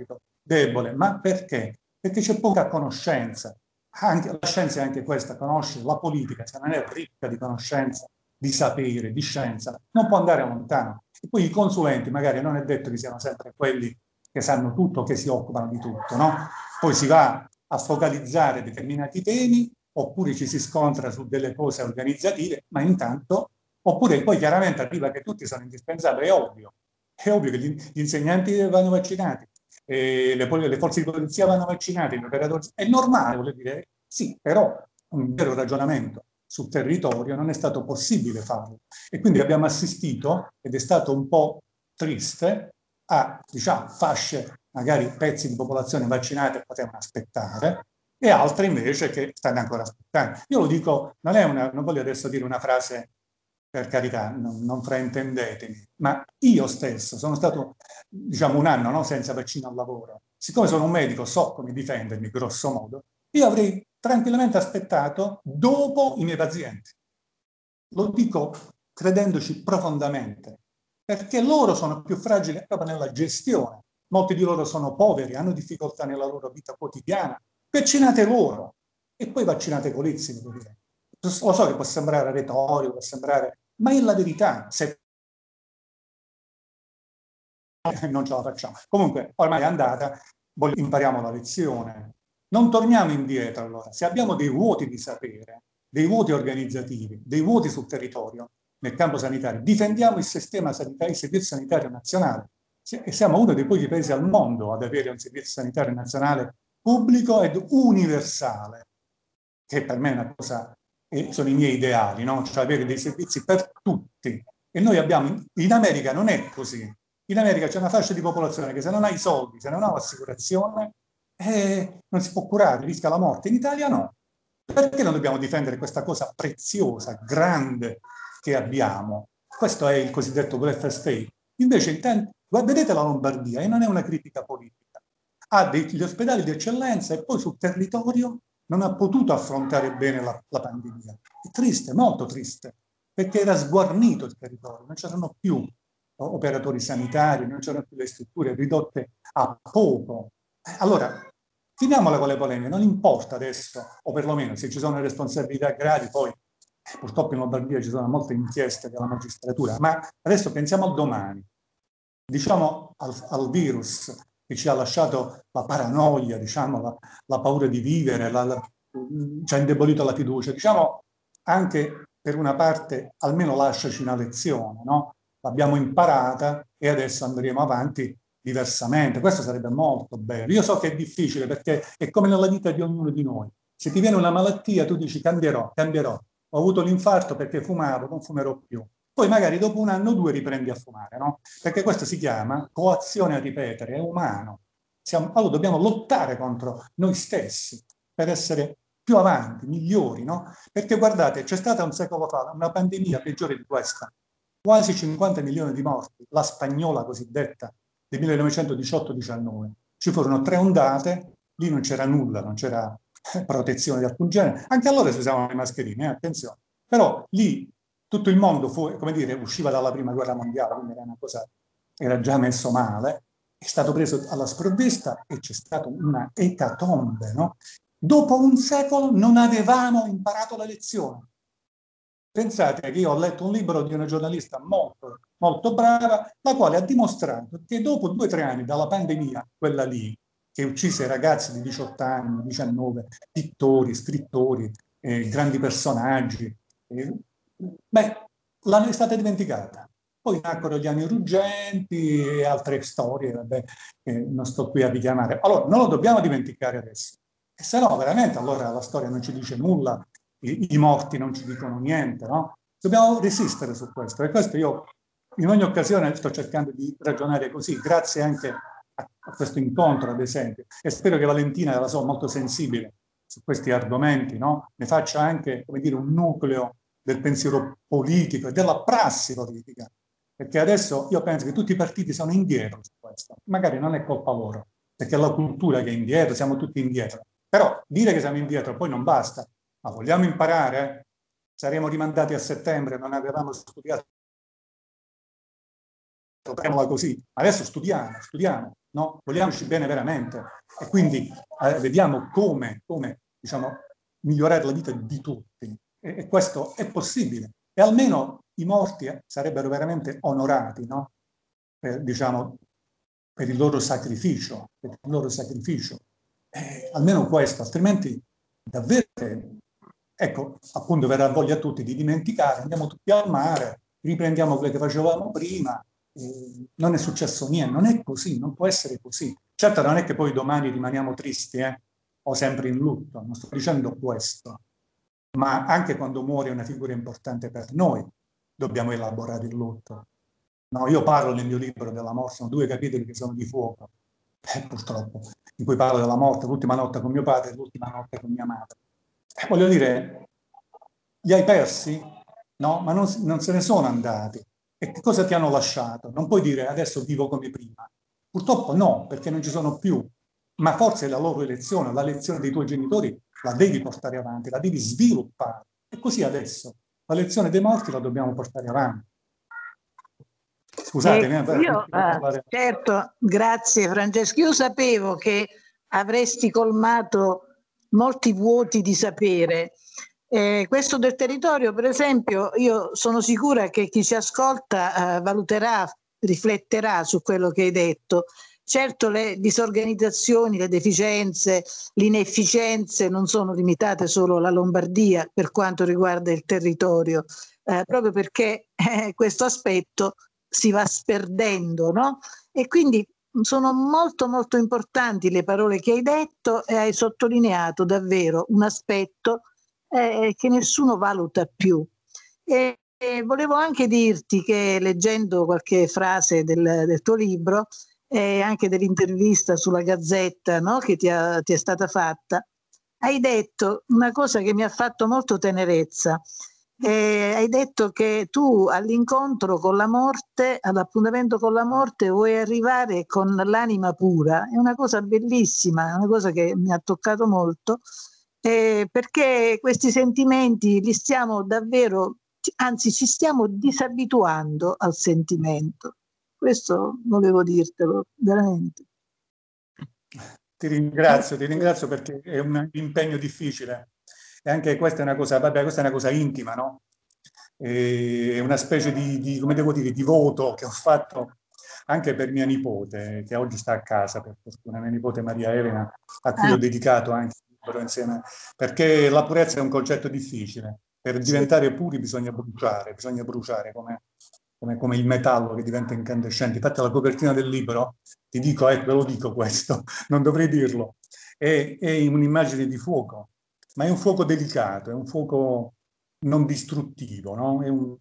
E: debole. Ma perché? Perché c'è poca conoscenza. Anche, la scienza è anche questa, conoscere la politica, se non è ricca di conoscenza, di sapere, di scienza, non può andare lontano. E poi i consulenti magari non è detto che siano sempre quelli che sanno tutto, che si occupano di tutto, no? Poi si va a focalizzare determinati temi, oppure ci si scontra su delle cose organizzative, ma intanto, oppure poi chiaramente arriva che tutti sono indispensabili, è ovvio, è ovvio che gli, gli insegnanti vanno vaccinati, eh, le, le forze di polizia vanno vaccinate, gli operatori, è normale, voglio dire, sì, però un vero ragionamento sul territorio non è stato possibile farlo. E quindi abbiamo assistito, ed è stato un po' triste, a diciamo, fasce, magari pezzi di popolazione vaccinate che potevano aspettare, e altre invece che stanno ancora aspettando. Io lo dico, non, è una, non voglio adesso dire una frase, per carità, non, non fraintendetemi, ma io stesso sono stato, diciamo, un anno no, senza vaccino al lavoro. Siccome sono un medico, so come difendermi, grosso modo, io avrei tranquillamente aspettato dopo i miei pazienti. Lo dico credendoci profondamente, perché loro sono più fragili proprio nella gestione. Molti di loro sono poveri, hanno difficoltà nella loro vita quotidiana. Vaccinate loro e poi vaccinate Colizzi, devo dire. Lo so che può sembrare retorico, può sembrare, ma è la verità. Se non ce la facciamo. Comunque, ormai è andata, impariamo la lezione. Non torniamo indietro allora. Se abbiamo dei vuoti di sapere, dei vuoti organizzativi, dei vuoti sul territorio, nel campo sanitario, difendiamo il sistema sanitario, il servizio sanitario nazionale. E siamo uno dei pochi paesi al mondo ad avere un servizio sanitario nazionale pubblico ed universale, che per me è una cosa, eh, sono i miei ideali, no? Cioè avere dei servizi per tutti. E noi abbiamo, in America non è così. In America c'è una fascia di popolazione che se non ha i soldi, se non ha l'assicurazione, eh, non si può curare, rischia la morte. In Italia no. Perché non dobbiamo difendere questa cosa preziosa, grande che abbiamo? Questo è il cosiddetto welfare state. Invece, vedete la Lombardia, e non è una critica politica, ha degli ospedali di eccellenza e poi sul territorio non ha potuto affrontare bene la, la pandemia. È triste, molto triste, perché era sguarnito il territorio, non c'erano più operatori sanitari, non c'erano più le strutture ridotte a poco. Allora, finiamola con le polemiche, non importa adesso, o perlomeno se ci sono responsabilità gravi, poi eh, purtroppo in Lombardia ci sono molte inchieste della magistratura, ma adesso pensiamo al domani, diciamo al, al virus che ci ha lasciato la paranoia, diciamo la, la paura di vivere, la, la, ci ha indebolito la fiducia, diciamo anche per una parte almeno lasciaci una lezione, no? L'abbiamo imparata e adesso andremo avanti diversamente. Questo sarebbe molto bello. Io so che è difficile perché è come nella vita di ognuno di noi. Se ti viene una malattia tu dici cambierò, cambierò. Ho avuto l'infarto perché fumavo, non fumerò più. Poi magari dopo un anno o due riprendi a fumare, no? Perché questo si chiama coazione a ripetere, è umano. Siamo, allora dobbiamo lottare contro noi stessi per essere più avanti, migliori, no? Perché guardate, c'è stata un secolo fa una pandemia peggiore di questa. Quasi cinquanta milioni di morti, la spagnola cosiddetta del millenovecentodiciotto diciannove. Ci furono tre ondate, lì non c'era nulla, non c'era protezione di alcun genere. Anche allora si usavano le mascherine, eh, attenzione. Però lì tutto il mondo fu, come dire, usciva dalla prima guerra mondiale, quindi era una cosa, era già messo male, è stato preso alla sprovvista e c'è stata una ecatombe, no? Dopo un secolo non avevamo imparato la lezione. Pensate che io ho letto un libro di una giornalista molto, molto brava, la quale ha dimostrato che dopo due o tre anni dalla pandemia, quella lì, che uccise ragazzi di diciotto anni, diciannove, pittori, scrittori, eh, grandi personaggi, eh, beh, l'hanno è stata dimenticata. Poi nacquero gli anni ruggenti e altre storie, vabbè, eh, non sto qui a richiamare. Allora, non lo dobbiamo dimenticare adesso. E se no, veramente, allora la storia non ci dice nulla, i, i morti non ci dicono niente, no? Dobbiamo resistere su questo. E questo io, in ogni occasione, sto cercando di ragionare così, grazie anche a, a questo incontro, ad esempio. E spero che Valentina, la so, molto sensibile su questi argomenti, no? Ne faccia anche, come dire, un nucleo del pensiero politico e della prassi politica. Perché adesso io penso che tutti i partiti sono indietro su questo. Magari non è colpa loro, perché è la cultura che è indietro, siamo tutti indietro. Però dire che siamo indietro poi non basta. Ma vogliamo imparare? Saremo rimandati a settembre, non avevamo studiato. Proviamola così. Adesso studiamo, studiamo. no? Vogliamoci bene veramente e quindi eh, vediamo come, come diciamo, migliorare la vita di tutti e, e questo è possibile e almeno i morti eh, sarebbero veramente onorati, no? Per, diciamo, per il loro sacrificio, per il loro sacrificio. Eh, almeno questo, altrimenti davvero, ecco, appunto verrà voglia a tutti di dimenticare, andiamo tutti al mare, riprendiamo quello che facevamo prima, eh, non è successo niente, non è così, non può essere così. Certo non è che poi domani rimaniamo tristi, eh, o sempre in lutto, non sto dicendo questo, ma anche quando muore una figura importante per noi dobbiamo elaborare il lutto. No, io parlo nel mio libro della morte, sono due capitoli che sono di fuoco, eh, purtroppo, in cui parlo della morte, l'ultima notte con mio padre e l'ultima notte con mia madre. Eh, voglio dire, li hai persi? No, ma non, non se ne sono andati. E che cosa ti hanno lasciato? Non puoi dire adesso vivo come prima. Purtroppo no, perché non ci sono più. Ma forse la loro elezione, la lezione dei tuoi genitori, la devi portare avanti, la devi sviluppare. E così adesso, la lezione dei morti la dobbiamo portare avanti. Scusatemi,
A: ecco, io, eh, certo, grazie Francesco. Io sapevo che avresti colmato molti vuoti di sapere. Eh, questo del territorio, per esempio, io sono sicura che chi ci ascolta eh, valuterà, rifletterà su quello che hai detto. Certo, le disorganizzazioni, le deficienze, le inefficienze non sono limitate solo alla Lombardia per quanto riguarda il territorio, eh, proprio perché eh, questo aspetto si va sperdendo, no? E quindi sono molto molto importanti le parole che hai detto e hai sottolineato davvero un aspetto eh, che nessuno valuta più. E, e volevo anche dirti che leggendo qualche frase del, del tuo libro e anche dell'intervista sulla Gazzetta, no, che ti, ha, ti è stata fatta, hai detto una cosa che mi ha fatto molto tenerezza. Eh, hai detto che tu all'incontro con la morte, all'appuntamento con la morte, vuoi arrivare con l'anima pura. È una cosa bellissima, è una cosa che mi ha toccato molto, eh, perché questi sentimenti li stiamo davvero, anzi ci stiamo disabituando al sentimento. Questo volevo dirtelo, veramente.
E: Ti ringrazio, ti ringrazio perché è un impegno difficile. E anche questa è una cosa, vabbè, questa è una cosa intima, no? È una specie di, di, come devo dire, di voto che ho fatto anche per mia nipote, che oggi sta a casa, per fortuna, mia nipote Maria Elena, a cui ah. ho dedicato anche il libro insieme, perché la purezza è un concetto difficile. Per diventare puri bisogna bruciare, bisogna bruciare come, come, come il metallo che diventa incandescente. Infatti la copertina del libro, ti dico, ecco, ve lo dico questo, non dovrei dirlo, è, è un'immagine di fuoco. Ma è un fuoco delicato, è un fuoco non distruttivo, no? È un,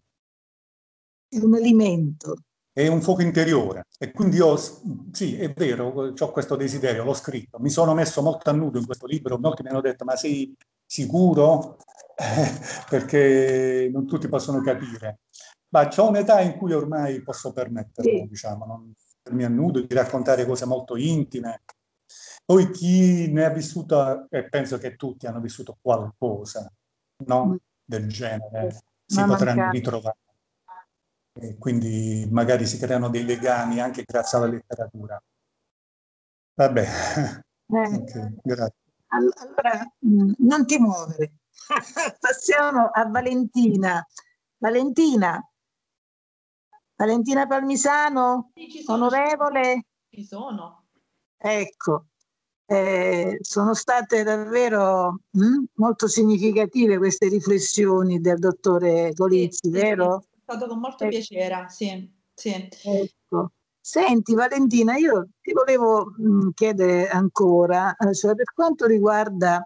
A: è un alimento.
E: È un fuoco interiore. E quindi io, sì, è vero, ho questo desiderio, l'ho scritto. Mi sono messo molto a nudo in questo libro, molti mi hanno detto, ma sei sicuro? Eh, perché non tutti possono capire. Ma c'ho un'età in cui ormai posso permetterlo, sì. diciamo, non mettermi a nudo, di raccontare cose molto intime. Poi chi ne ha vissuto, e penso che tutti hanno vissuto qualcosa, no? Del genere, si Ma potranno mancare. ritrovare. E quindi magari si creano dei legami anche grazie alla letteratura. Vabbè, eh. okay, grazie.
A: Allora, non ti muovere. Passiamo a Valentina. Valentina. Valentina Palmisano,
B: sì, ci sono,
A: onorevole.
B: Ci sono.
A: Ecco. Eh, sono state davvero mh, molto significative queste riflessioni del dottore Golizzi, sì, vero?
B: Sì, è stato con molto eh, piacere, sì, sì.
A: Ecco. Senti Valentina, io ti volevo mh, chiedere ancora, eh, cioè per quanto riguarda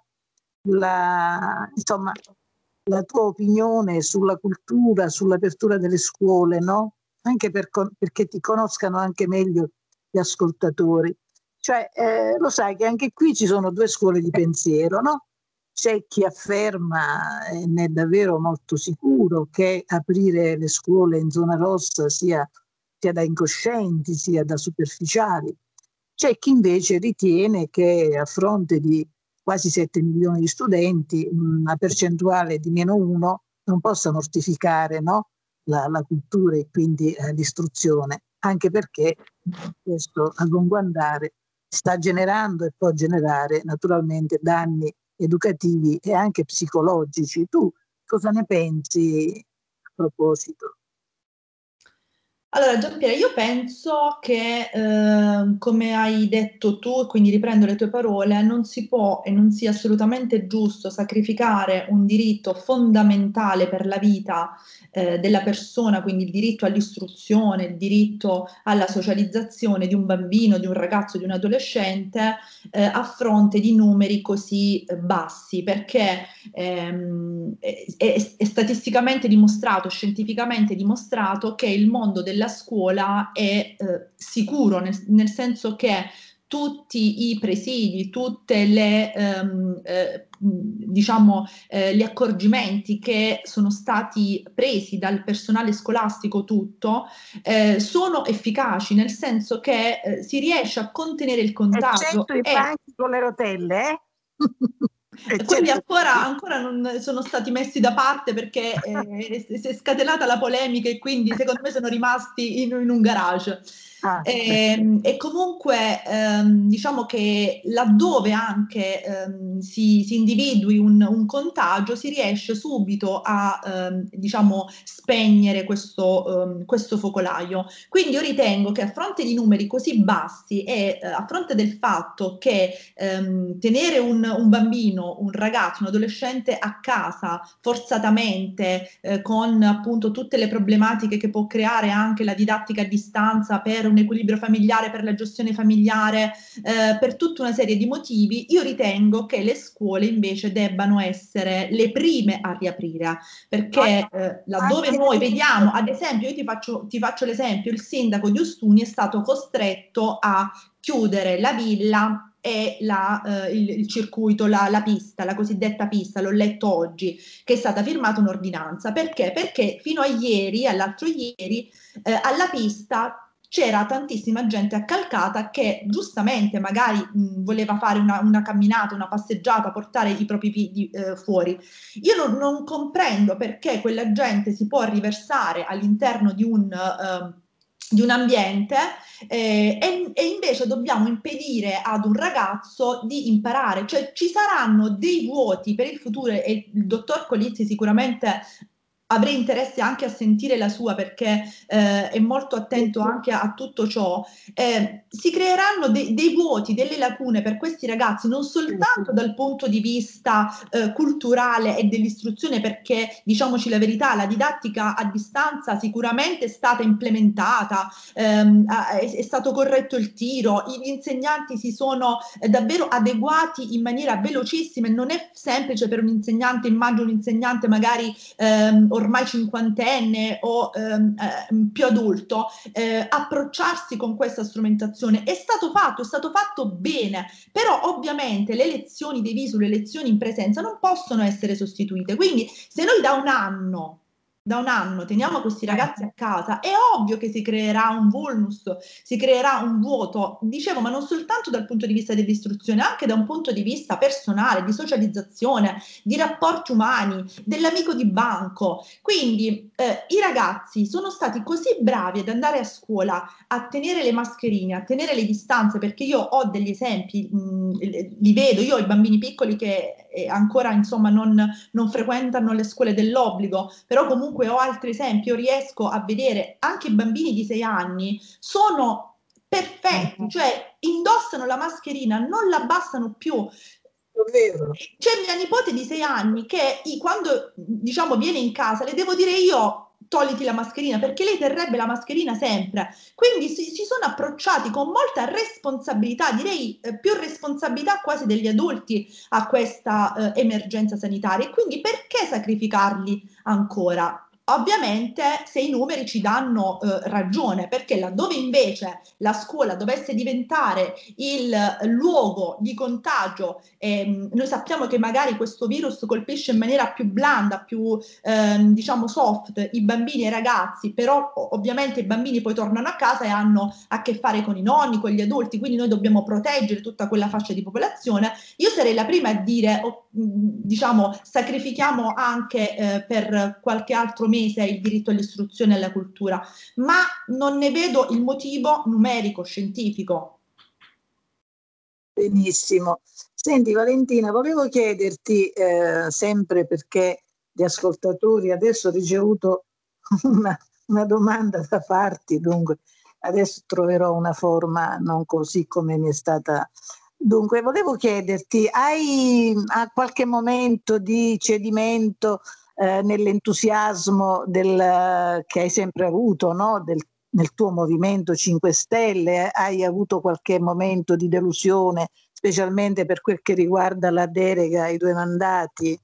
A: la, insomma, la tua opinione sulla cultura, sull'apertura delle scuole, no? Anche per, perché ti conoscano anche meglio gli ascoltatori. Cioè, eh, lo sai che anche qui ci sono due scuole di pensiero, no? C'è chi afferma, e ne è davvero molto sicuro, che aprire le scuole in zona rossa sia, sia da incoscienti, sia da superficiali. C'è chi invece ritiene che a fronte di quasi sette milioni di studenti, una percentuale di meno uno non possa mortificare, no? la, la cultura e quindi eh, l'istruzione. anche perché questo a lungo andare sta generando e può generare naturalmente danni educativi e anche psicologici. Tu cosa ne pensi a proposito?
B: Allora, Giampiero, io penso che, eh, come hai detto tu, e quindi riprendo le tue parole, non si può e non sia assolutamente giusto sacrificare un diritto fondamentale per la vita, eh, della persona, quindi il diritto all'istruzione, il diritto alla socializzazione di un bambino, di un ragazzo, di un adolescente, eh, a fronte di numeri così eh, bassi, perché ehm, è, è, è statisticamente dimostrato, scientificamente dimostrato che il mondo della scuola è eh, sicuro, nel, nel senso che tutti i presidi, tutte le ehm, eh, diciamo eh, gli accorgimenti che sono stati presi dal personale scolastico tutto eh, sono efficaci, nel senso che eh, si riesce a contenere il contagio.
A: Eccetto i
B: e
A: banchi con le rotelle, eh?
B: Quelli ancora, ancora non sono stati messi da parte perché eh, si è scatenata la polemica e quindi secondo me sono rimasti in, in un garage.
A: Ah,
B: E, e comunque ehm, diciamo che laddove anche ehm, si, si individui un, un contagio si riesce subito a ehm, diciamo spegnere questo, ehm, questo focolaio. Quindi io ritengo che a fronte di numeri così bassi e eh, a fronte del fatto che ehm, tenere un, un bambino, un ragazzo, un adolescente a casa forzatamente eh, con appunto tutte le problematiche che può creare anche la didattica a distanza per un equilibrio familiare, per la gestione familiare, eh, per tutta una serie di motivi, io ritengo che le scuole invece debbano essere le prime a riaprire, perché eh, laddove noi vediamo, ad esempio, io ti faccio, ti faccio l'esempio, il sindaco di Ostuni è stato costretto a chiudere la villa e la, eh, il, il circuito, la, la pista, la cosiddetta pista, l'ho letto oggi, che è stata firmata un'ordinanza. Perché? Perché fino a ieri, all'altro ieri, eh, alla pista c'era tantissima gente accalcata che giustamente magari mh, voleva fare una, una camminata, una passeggiata, portare i propri figli eh, fuori. Io non, non comprendo perché quella gente si può riversare all'interno di un... Uh, di un ambiente eh, e, e invece dobbiamo impedire ad un ragazzo di imparare, cioè ci saranno dei vuoti per il futuro e il dottor Colizzi sicuramente avrei interesse anche a sentire la sua perché eh, è molto attento anche a, a tutto ciò. Eh, si creeranno de- dei vuoti, delle lacune per questi ragazzi, non soltanto dal punto di vista eh, culturale e dell'istruzione, perché diciamoci la verità, la didattica a distanza sicuramente è stata implementata, ehm, è, è stato corretto il tiro, gli insegnanti si sono eh, davvero adeguati in maniera velocissima e non è semplice per un insegnante, immagino un insegnante magari ehm, ormai cinquantenne o ehm, eh, più adulto, eh, approcciarsi con questa strumentazione. È stato fatto, è stato fatto bene, però ovviamente le lezioni dei visu, le lezioni in presenza non possono essere sostituite. Quindi se noi da un anno da un anno teniamo questi ragazzi a casa, è ovvio che si creerà un vulnus, si creerà un vuoto, dicevo, ma non soltanto dal punto di vista dell'istruzione, anche da un punto di vista personale, di socializzazione, di rapporti umani, dell'amico di banco. Quindi eh, i ragazzi sono stati così bravi ad andare a scuola, a tenere le mascherine, a tenere le distanze, perché io ho degli esempi, mh, li vedo, io ho i bambini piccoli che eh, ancora insomma non, non frequentano le scuole dell'obbligo, però comunque ho altri esempi, io riesco a vedere anche i bambini di sei anni sono perfetti, cioè indossano la mascherina, non la abbassano più.
A: Vero.
B: C'è mia nipote di sei anni che quando diciamo viene in casa le devo dire io togliti la mascherina perché lei terrebbe la mascherina sempre, quindi si, si sono approcciati con molta responsabilità, direi eh, più responsabilità quasi degli adulti a questa eh, emergenza sanitaria, e quindi perché sacrificarli ancora? Ovviamente se i numeri ci danno eh, ragione, perché laddove invece la scuola dovesse diventare il luogo di contagio, ehm, noi sappiamo che magari questo virus colpisce in maniera più blanda, più ehm, diciamo soft i bambini e i ragazzi, però ovviamente i bambini poi tornano a casa e hanno a che fare con i nonni, con gli adulti, quindi noi dobbiamo proteggere tutta quella fascia di popolazione. Io sarei la prima a dire, oh, diciamo, sacrifichiamo anche eh, per qualche altro mese mese il diritto all'istruzione e alla cultura, ma non ne vedo il motivo numerico, scientifico.
A: Benissimo. Senti Valentina, volevo chiederti, eh, sempre perché gli ascoltatori, adesso ho ricevuto una, una domanda da farti, dunque adesso troverò una forma non così come mi è stata. Dunque, volevo chiederti, hai a qualche momento di cedimento eh, nell'entusiasmo del, che hai sempre avuto, no? Del, nel tuo movimento cinque Stelle? Hai avuto qualche momento di delusione, specialmente per quel che riguarda la delega ai due mandati?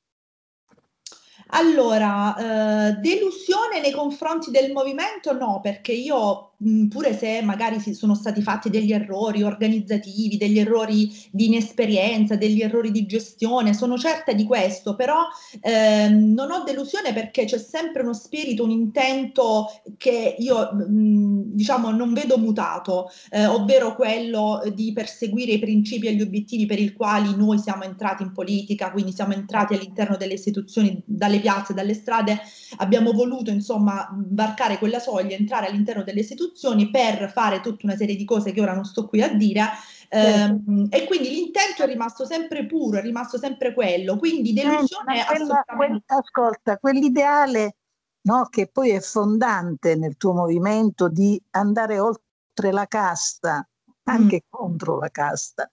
B: Allora, eh, delusione nei confronti del movimento no, perché io, mh, pure se magari si sono stati fatti degli errori organizzativi, degli errori di inesperienza, degli errori di gestione, sono certa di questo, però ehm, non ho delusione perché c'è sempre uno spirito, un intento che io mh, diciamo non vedo mutato, eh, ovvero quello di perseguire i principi e gli obiettivi per i quali noi siamo entrati in politica, quindi siamo entrati all'interno delle istituzioni, dalle piazze, dalle strade, abbiamo voluto insomma varcare quella soglia, entrare all'interno delle istituzioni per fare tutta una serie di cose che ora non sto qui a dire, ehm, e quindi l'intento è rimasto sempre puro, è rimasto sempre quello, quindi delusione
A: Eh, quella,
B: assolutamente.
A: quel, ascolta, quell'ideale, no, che poi è fondante nel tuo movimento di andare oltre la casta, anche mm. contro la casta,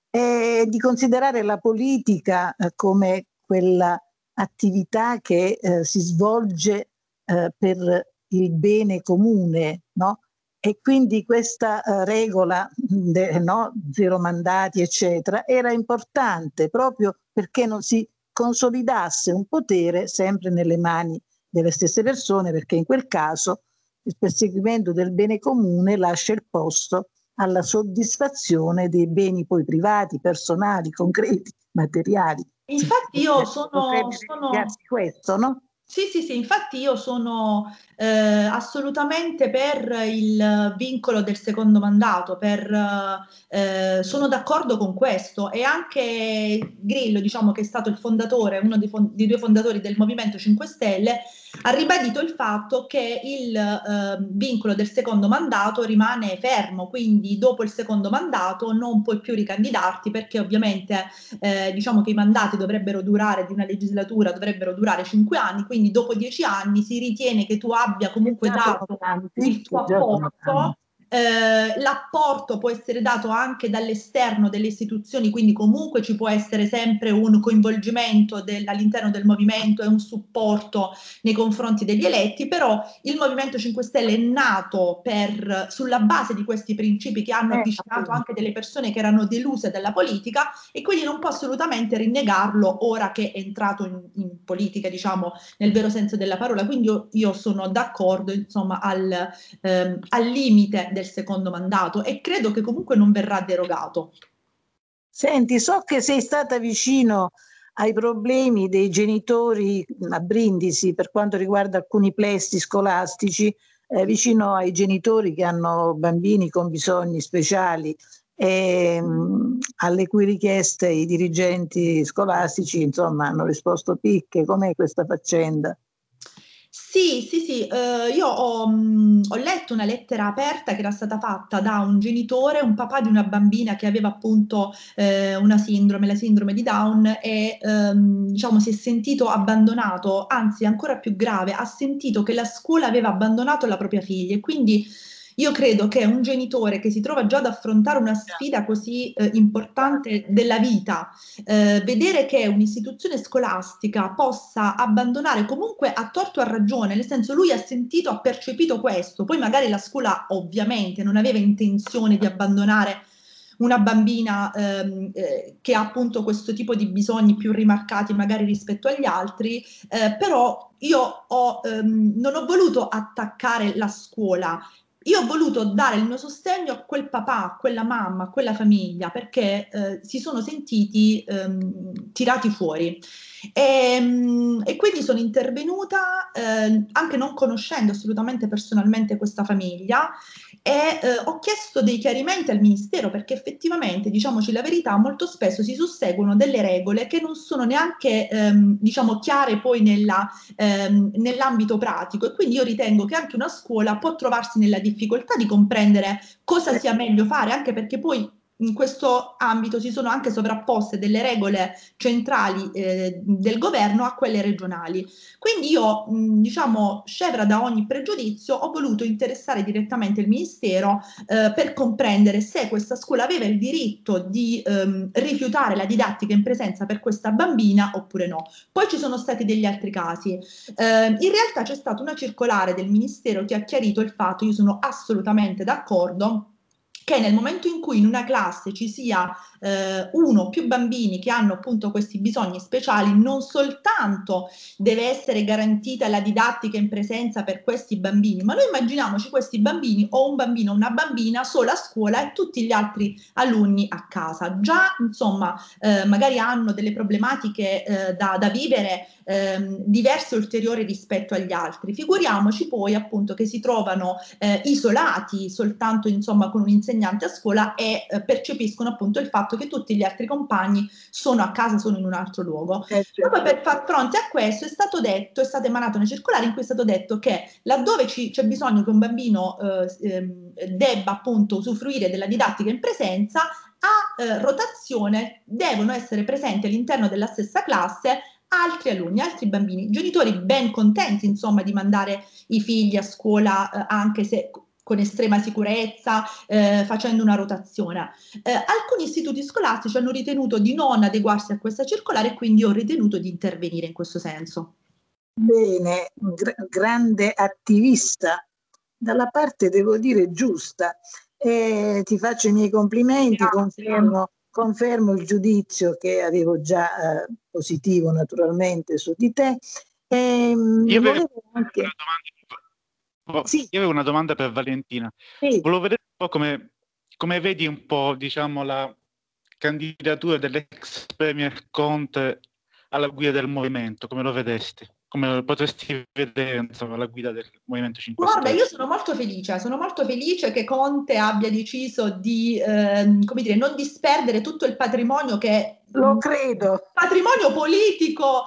A: e di considerare la politica eh, come quella attività che eh, si svolge eh, per il bene comune, no? E quindi questa eh, regola, de, no, zero mandati, eccetera, era importante proprio perché non si consolidasse un potere sempre nelle mani delle stesse persone, perché in quel caso il perseguimento del bene comune lascia il posto alla soddisfazione dei beni poi privati, personali, concreti, materiali.
B: Infatti io sono, sono...
A: questo, no?
B: Sì, sì, sì, infatti io sono eh, assolutamente per il vincolo del secondo mandato, per, eh, sono d'accordo con questo, e anche Grillo, diciamo, che è stato il fondatore, uno dei, fond- dei due fondatori del Movimento cinque Stelle, ha ribadito il fatto che il eh, vincolo del secondo mandato rimane fermo, quindi dopo il secondo mandato non puoi più ricandidarti, perché ovviamente eh, diciamo che i mandati dovrebbero durare, di una legislatura dovrebbero durare cinque anni, quindi dopo dieci anni si ritiene che tu abbia comunque dato il tuo apporto. Eh, l'apporto può essere dato anche dall'esterno delle istituzioni, quindi comunque ci può essere sempre un coinvolgimento del, all'interno del movimento e un supporto nei confronti degli eletti, però il Movimento cinque Stelle è nato per, sulla base di questi principi che hanno avvicinato anche delle persone che erano deluse dalla politica, e quindi non può assolutamente rinnegarlo ora che è entrato in, in politica, diciamo, nel vero senso della parola. Quindi io, io sono d'accordo, insomma, al, ehm, al limite del secondo mandato, e credo che comunque non verrà derogato.
A: Senti, so che sei stata vicino ai problemi dei genitori a Brindisi per quanto riguarda alcuni plessi scolastici, eh, vicino ai genitori che hanno bambini con bisogni speciali e mh, alle cui richieste i dirigenti scolastici, insomma, hanno risposto picche. Com'è questa faccenda?
B: Sì, sì, sì, eh, io ho, mh, ho letto una lettera aperta che era stata fatta da un genitore, un papà di una bambina che aveva appunto eh, una sindrome, la sindrome di Down, e ehm, diciamo si è sentito abbandonato, anzi ancora più grave, ha sentito che la scuola aveva abbandonato la propria figlia, e quindi io credo che un genitore che si trova già ad affrontare una sfida così eh, importante della vita, eh, vedere che un'istituzione scolastica possa abbandonare, comunque a torto o a ragione, nel senso lui ha sentito, ha percepito questo, poi magari la scuola ovviamente non aveva intenzione di abbandonare una bambina ehm, eh, che ha appunto questo tipo di bisogni più rimarcati magari rispetto agli altri, eh, però io ho, ehm, non ho voluto attaccare la scuola. Io ho voluto dare il mio sostegno a quel papà, a quella mamma, a quella famiglia, perché eh, si sono sentiti ehm, tirati fuori. E, e quindi sono intervenuta, eh, anche non conoscendo assolutamente personalmente questa famiglia, e eh, ho chiesto dei chiarimenti al Ministero, perché effettivamente, diciamoci la verità, molto spesso si susseguono delle regole che non sono neanche ehm, diciamo chiare poi nella, ehm, nell'ambito pratico, e quindi io ritengo che anche una scuola può trovarsi nella difficoltà di comprendere cosa sia meglio fare, anche perché poi in questo ambito si sono anche sovrapposte delle regole centrali eh, del governo a quelle regionali. Quindi io, mh, diciamo, scevra da ogni pregiudizio, ho voluto interessare direttamente il Ministero eh, per comprendere se questa scuola aveva il diritto di ehm, rifiutare la didattica in presenza per questa bambina oppure no. Poi ci sono stati degli altri casi. Eh, in realtà c'è stata una circolare del Ministero che ha chiarito il fatto, io sono assolutamente d'accordo, che nel momento in cui in una classe ci sia eh, uno o più bambini che hanno appunto questi bisogni speciali, non soltanto deve essere garantita la didattica in presenza per questi bambini, ma noi immaginiamoci questi bambini o un bambino o una bambina solo a scuola e tutti gli altri alunni a casa. Già, insomma, eh, magari hanno delle problematiche eh, da, da vivere ehm, diverse ulteriori rispetto agli altri. Figuriamoci poi appunto che si trovano eh, isolati soltanto, insomma, con un insegnante a scuola e eh, percepiscono appunto il fatto che tutti gli altri compagni sono a casa, sono in un altro luogo.
A: Eh, certo.
B: Proprio per far fronte a questo è stato detto, è stata emanata una circolare in cui è stato detto che laddove ci, c'è bisogno che un bambino eh, ehm, debba appunto usufruire della didattica in presenza, a eh, rotazione devono essere presenti all'interno della stessa classe altri alunni, altri bambini, genitori ben contenti insomma di mandare i figli a scuola eh, anche se con estrema sicurezza, eh, facendo una rotazione. Eh, alcuni istituti scolastici hanno ritenuto di non adeguarsi a questa circolare e quindi ho ritenuto di intervenire in questo senso.
A: Bene, gr- grande attivista, dalla parte devo dire giusta. Eh, ti faccio i miei complimenti, confermo, confermo il giudizio che avevo già eh, positivo naturalmente su di te. Eh,
D: Io avevo
A: anche...
D: una domanda. Oh,
A: Sì.
D: Io avevo una domanda per Valentina.
A: Sì.
D: Volevo vedere un po' come, come vedi un po', diciamo, la candidatura dell'ex Premier Conte alla guida del movimento, come lo vedesti? Come potresti vedere, insomma, la guida del Movimento cinque Stelle?
B: Guarda, io sono molto felice, sono molto felice che Conte abbia deciso di, eh, come dire, non disperdere tutto il patrimonio che...
A: Lo credo.
B: Patrimonio politico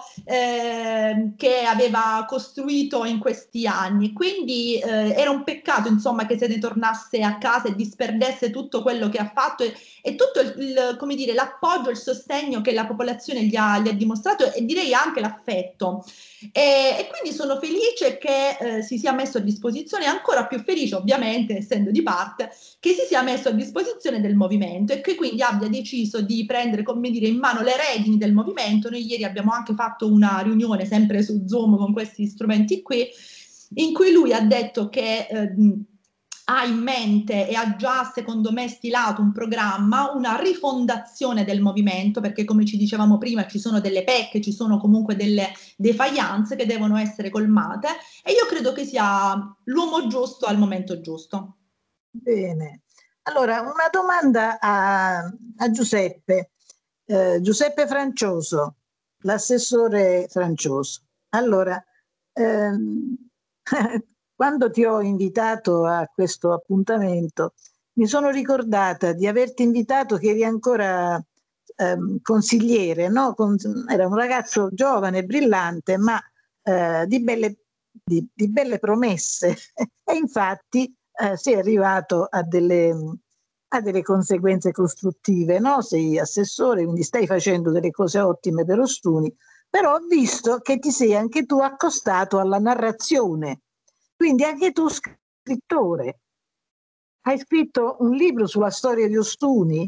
B: eh, che aveva costruito in questi anni. Quindi eh, era un peccato, insomma, che se ne tornasse a casa e disperdesse tutto quello che ha fatto e, e tutto il, il, come dire, l'appoggio, il sostegno che la popolazione gli ha, gli ha dimostrato e direi anche l'affetto. E, e quindi sono felice che eh, si sia messo a disposizione, ancora più felice ovviamente, essendo di parte, che si sia messo a disposizione del movimento e che quindi abbia deciso di prendere, come dire, in mano le redini del movimento. Noi ieri abbiamo anche fatto una riunione sempre su Zoom con questi strumenti qui, in cui lui ha detto che eh, ha in mente e ha già secondo me stilato un programma, una rifondazione del movimento, perché come ci dicevamo prima ci sono delle pecche, ci sono comunque delle defaillance che devono essere colmate e io credo che sia l'uomo giusto al momento giusto.
A: Bene, allora una domanda a, a Giuseppe, eh, Giuseppe Francioso, l'assessore Francioso. Allora, ehm, quando ti ho invitato a questo appuntamento, mi sono ricordata di averti invitato che eri ancora ehm, consigliere, no? Con, era un ragazzo giovane, brillante, ma eh, di, belle, di, di belle promesse. E infatti eh, sei arrivato a delle, a delle conseguenze costruttive, no? Sei assessore, quindi stai facendo delle cose ottime per Ostuni, però ho visto che ti sei anche tu accostato alla narrazione. Quindi anche tu scrittore, hai scritto un libro sulla storia di Ostuni?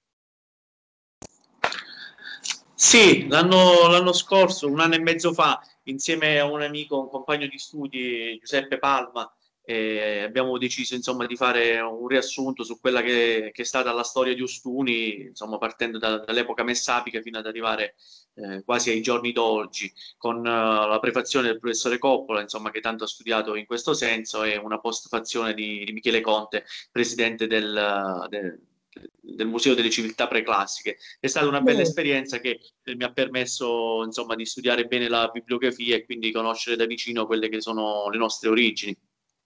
C: Sì, l'anno, l'anno scorso, un anno e mezzo fa, insieme a un amico, un compagno di studi, Giuseppe Palma, eh, abbiamo deciso insomma di fare un riassunto su quella che, che è stata la storia di Ostuni, insomma partendo da, dall'epoca messapica fino ad arrivare eh, quasi ai giorni d'oggi, con uh, la prefazione del professore Coppola, insomma, che tanto ha studiato in questo senso, e una postfazione di, di Michele Conte, presidente del, del, del Museo delle Civiltà Preclassiche. È stata una bella esperienza che eh, mi ha permesso insomma di studiare bene la bibliografia e quindi conoscere da vicino quelle che sono le nostre origini.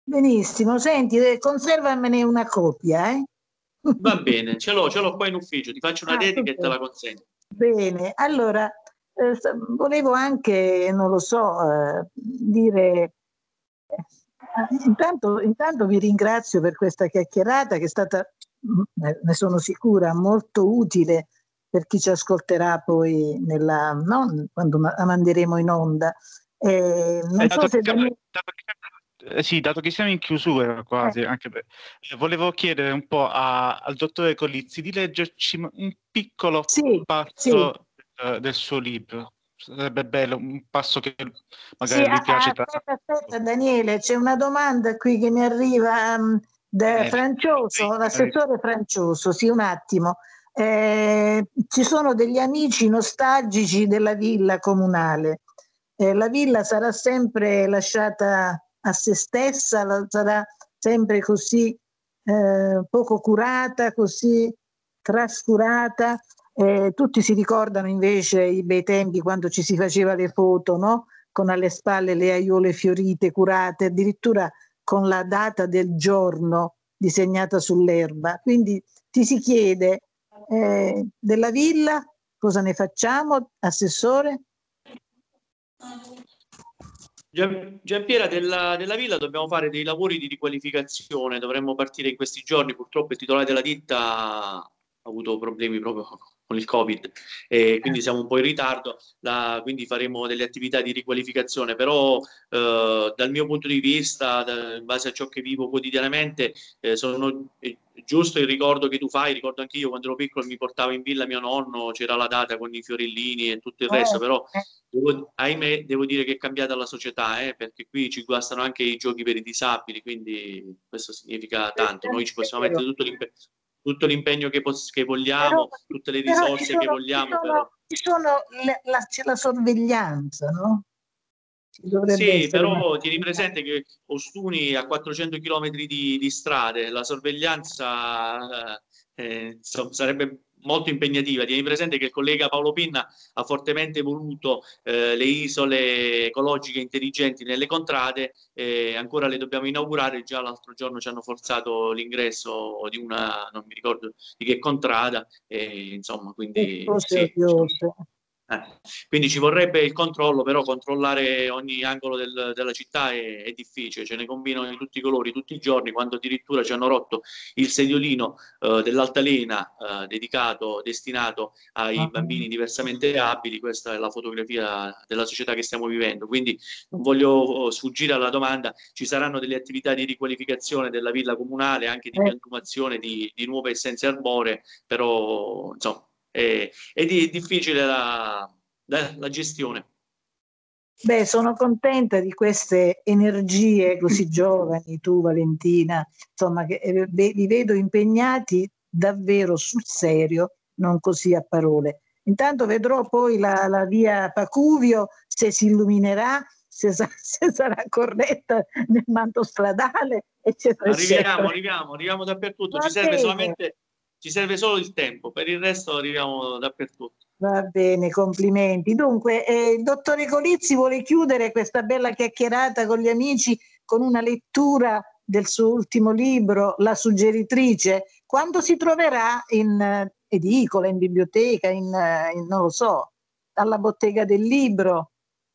A: Benissimo, senti, eh, conservamene una copia, eh?
C: Va bene, ce l'ho, ce l'ho qua in ufficio, ti faccio una
A: Ah,
C: dedica e te
A: super.
C: la consegno.
A: Bene, allora eh, s- volevo anche, non lo so, eh, dire, eh, intanto, intanto vi ringrazio per questa chiacchierata che è stata, mm, eh, ne sono sicura, molto utile per chi ci ascolterà poi nella, no? Quando ma- la manderemo in onda. Eh, non
D: Eh,
A: so
D: dato
A: se
D: che siamo,
A: Daniele...
D: dato che- eh, sì, dato che siamo in chiusura quasi,
A: eh,
D: anche per, eh, volevo chiedere un po' a- al dottore Colizzi di leggerci un piccolo
A: sì, sì.
D: passo eh, del suo libro. Sarebbe bello, un passo che
A: Sì,
D: magari a lui
A: a-
D: piace
A: aspetta,
D: tanto.
A: aspetta Daniele, c'è una domanda qui che mi arriva um, da
D: Eh,
A: Francioso,
D: eh,
A: l'assessore Francioso, sì un attimo. Eh, ci sono degli amici nostalgici della villa comunale. Eh, la villa sarà sempre lasciata a se stessa, la- sarà sempre così eh, poco curata, così trascurata. Eh, tutti si ricordano invece i bei tempi quando ci si faceva le foto, no? Con alle spalle le aiuole fiorite, curate, addirittura con la data del giorno disegnata sull'erba. Quindi ti si chiede eh, della villa cosa ne facciamo, assessore?
C: Gian- Giampiera, della, della villa dobbiamo fare dei lavori di riqualificazione, dovremmo partire in questi giorni, purtroppo il titolare della ditta ha avuto problemi proprio con il Covid e quindi siamo un po' in ritardo, la- quindi faremo delle attività di riqualificazione, però eh, dal mio punto di vista, da- in base a ciò che vivo quotidianamente, eh, sono, è giusto il ricordo che tu fai, ricordo anche io quando ero piccolo mi portava in villa mio nonno, c'era la data con i fiorellini e tutto il resto, però...
A: Eh,
C: Devo, ahimè, devo dire che è cambiata la società, eh, perché qui ci guastano anche i giochi per i disabili, quindi questo significa
A: eh,
C: tanto. Noi ci
A: è
C: possiamo
A: vero.
C: mettere tutto l'impe- tutto l'impegno che, pos- che
A: Però,
C: vogliamo, tutte le
A: però ci
C: risorse che
A: sono, ci
C: vogliamo, però
A: sono, ci sono le- la, c'è la sorveglianza, no? Ci dovrebbe
C: sì,
A: essere una
C: però tieni
A: sorveglianza.
C: presente che Ostuni ha quattrocento chilometri di, di strade, la sorveglianza eh, eh, insomma, sarebbe molto impegnativa. Tieni presente che il collega Paolo Pinna ha fortemente voluto eh, le isole ecologiche intelligenti nelle contrade e ancora le dobbiamo inaugurare. Già l'altro giorno ci hanno forzato l'ingresso di una, non mi ricordo di che contrada, e, insomma,
A: Che
C: quindi
A: cose
C: sì.
A: odiose.
C: Eh, quindi ci vorrebbe il controllo, però controllare ogni angolo del- della città è, è difficile, ce ne combinano di tutti i colori tutti i giorni, quando addirittura ci hanno rotto il sediolino eh, dell'altalena eh, dedicato, destinato ai
A: Ah,
C: bambini diversamente abili. Questa è la fotografia della società che stiamo vivendo, quindi non voglio oh, sfuggire alla domanda, ci saranno delle attività di riqualificazione della villa comunale, anche di
A: eh.
C: piantumazione di, di nuove essenze arboree, però insomma è, è di- è difficile la, la- la gestione.
A: Beh, sono contenta di queste energie così giovani, tu Valentina, insomma, che eh, ve- li vedo impegnati davvero sul serio, non così a parole. Intanto vedrò poi la, la via Pacuvio se si illuminerà, se, sa- se sarà corretta nel manto stradale, eccetera,
C: Arriviamo,
A: eccetera.
C: arriviamo, arriviamo dappertutto,
A: Va
C: ci serve
A: bene.
C: solamente, ci serve solo il tempo, per il resto arriviamo dappertutto.
A: Va bene, complimenti. Dunque, eh, il dottore Colizzi vuole chiudere questa bella chiacchierata con gli amici con una lettura del suo ultimo libro, La suggeritrice, quando si troverà in eh, edicola, in biblioteca, in, eh, in, non lo so, alla bottega del libro.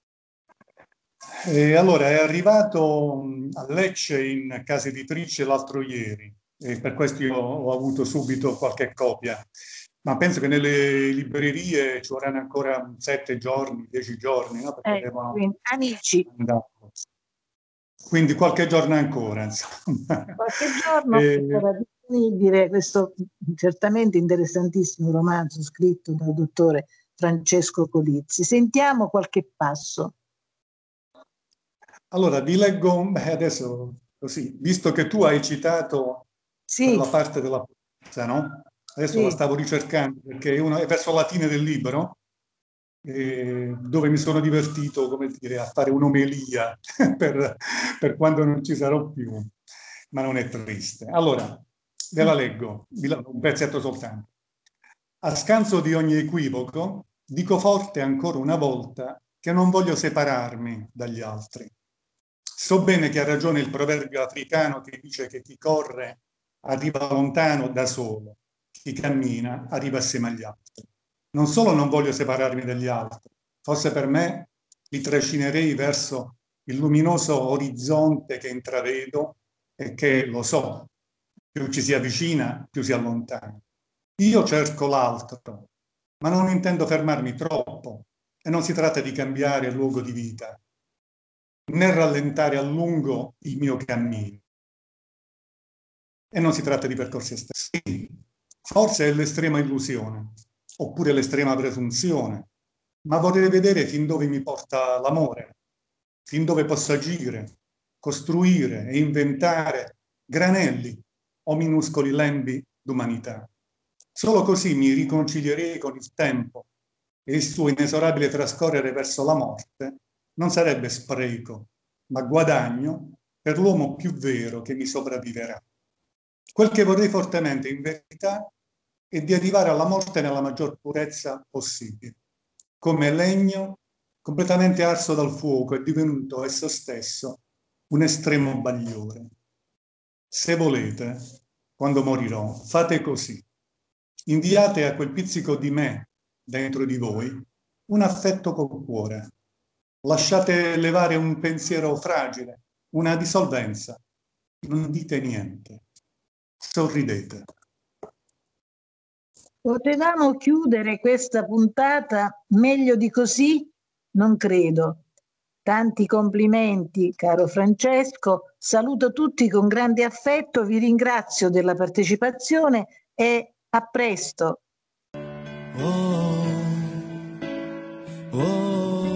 E: E allora è arrivato mh, a Lecce in casa editrice l'altro ieri e per questo io ho avuto subito qualche copia, ma penso che nelle librerie ci vorranno ancora sette giorni, dieci giorni, no? Perché
A: Eh,
E: devono
A: quindi, amici,
E: andare. Quindi qualche giorno ancora, insomma.
A: qualche giorno
E: E,
A: sarà disponibile questo certamente interessantissimo romanzo scritto dal dottore Francesco Colizzi. Sentiamo qualche passo.
E: allora, vi leggo beh, adesso così, visto che tu hai citato
A: Sì,
E: quella parte della poesia, no? Adesso la
A: sì.
E: stavo ricercando perché è, una, è verso la fine del libro, eh, dove mi sono divertito, come dire, a fare un'omelia per, per quando non ci sarò più, ma non è triste. Allora, ve la leggo, vi la- un pezzetto soltanto. A scanso di ogni equivoco, dico forte ancora una volta che non voglio separarmi dagli altri. So bene che ha ragione il proverbio africano che dice che chi corre arriva lontano da solo, chi cammina arriva assieme agli altri. Non solo non voglio separarmi dagli altri, forse per me li trascinerei verso il luminoso orizzonte che intravedo e che, lo so, più ci si avvicina, più si allontana. Io cerco l'altro, ma non intendo fermarmi troppo, e non si tratta di cambiare luogo di vita, né rallentare a lungo il mio cammino. E non si tratta di percorsi esterni. Forse è l'estrema illusione, oppure l'estrema presunzione, ma vorrei vedere fin dove mi porta l'amore, fin dove posso agire, costruire e inventare granelli o minuscoli lembi d'umanità. Solo così mi riconcilierei con il tempo e il suo inesorabile trascorrere verso la morte non sarebbe spreco, ma guadagno per l'uomo più vero che mi sopravviverà. Quel che vorrei fortemente, in verità, è di arrivare alla morte nella maggior purezza possibile, come legno completamente arso dal fuoco e divenuto esso stesso un estremo bagliore. Se volete, quando morirò, fate così. Inviate a quel pizzico di me dentro di voi un affetto col cuore. Lasciate levare un pensiero fragile, una dissolvenza. Non dite niente. Sorridete.
A: Potevamo chiudere questa puntata meglio di così? Non credo. Tanti complimenti, caro Francesco. Saluto tutti con grande affetto, vi ringrazio della partecipazione e a presto.
F: Oh, oh.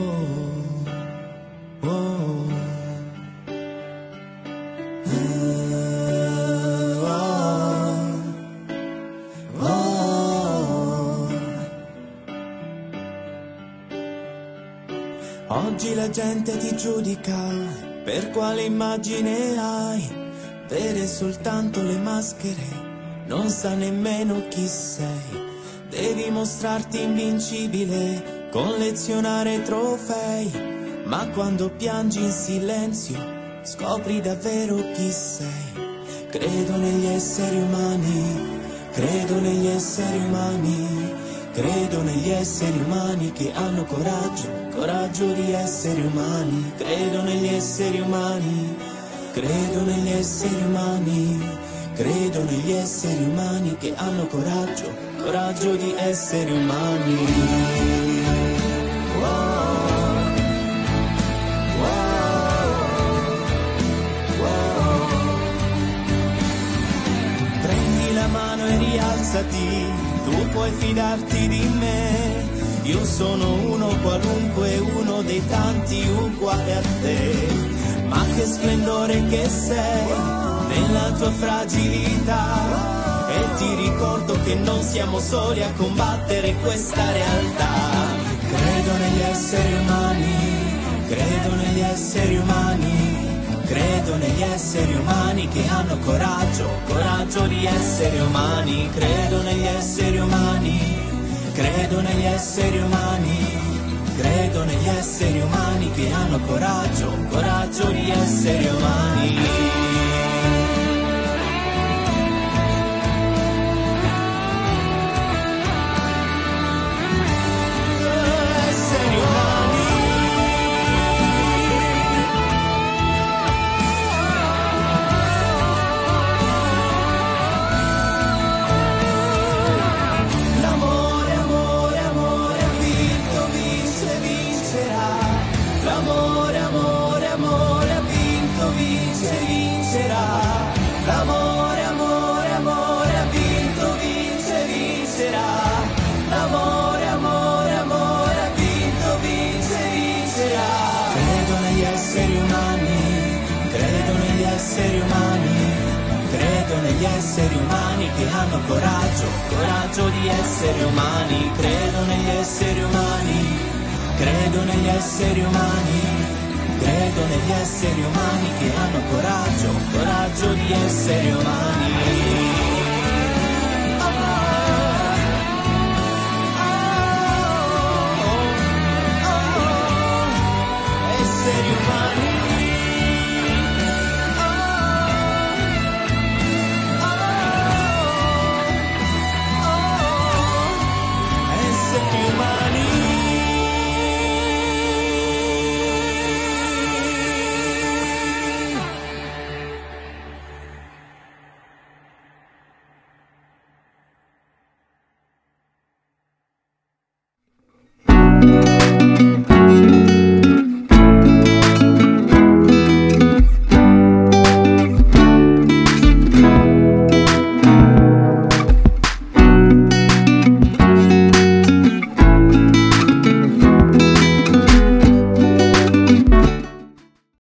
F: Oggi la gente ti giudica per quale immagine hai, vede soltanto le maschere, non sa nemmeno chi sei. Devi mostrarti invincibile, collezionare trofei, ma quando piangi in silenzio scopri davvero chi sei. Credo negli esseri umani, credo negli esseri umani. Credo negli esseri umani che hanno coraggio, coraggio di essere umani. Credo negli esseri umani, credo negli esseri umani. Credo negli esseri umani che hanno coraggio, coraggio di essere umani. Wow. Wow. Wow. Prendi la mano e rialzati. Tu puoi fidarti di me, io sono uno qualunque, uno dei tanti uguale a te. Ma che splendore che sei nella tua fragilità, e ti ricordo che non siamo soli a combattere questa realtà. Credo negli esseri umani, credo negli esseri umani. Credo negli esseri umani che hanno coraggio, coraggio di essere umani. Credo negli esseri umani, credo negli esseri umani. Credo negli esseri umani che hanno coraggio, coraggio di essere umani. L'amore, amore, amore ha vinto, vince, vincerà. L'amore, amore, amore ha vinto, vince, vincerà. Credo negli esseri umani, credo negli esseri umani. Credo negli esseri umani che hanno coraggio, coraggio di essere umani. Credo negli esseri umani, credo negli esseri umani. Credo negli esseri umani che hanno coraggio, coraggio di essere umani.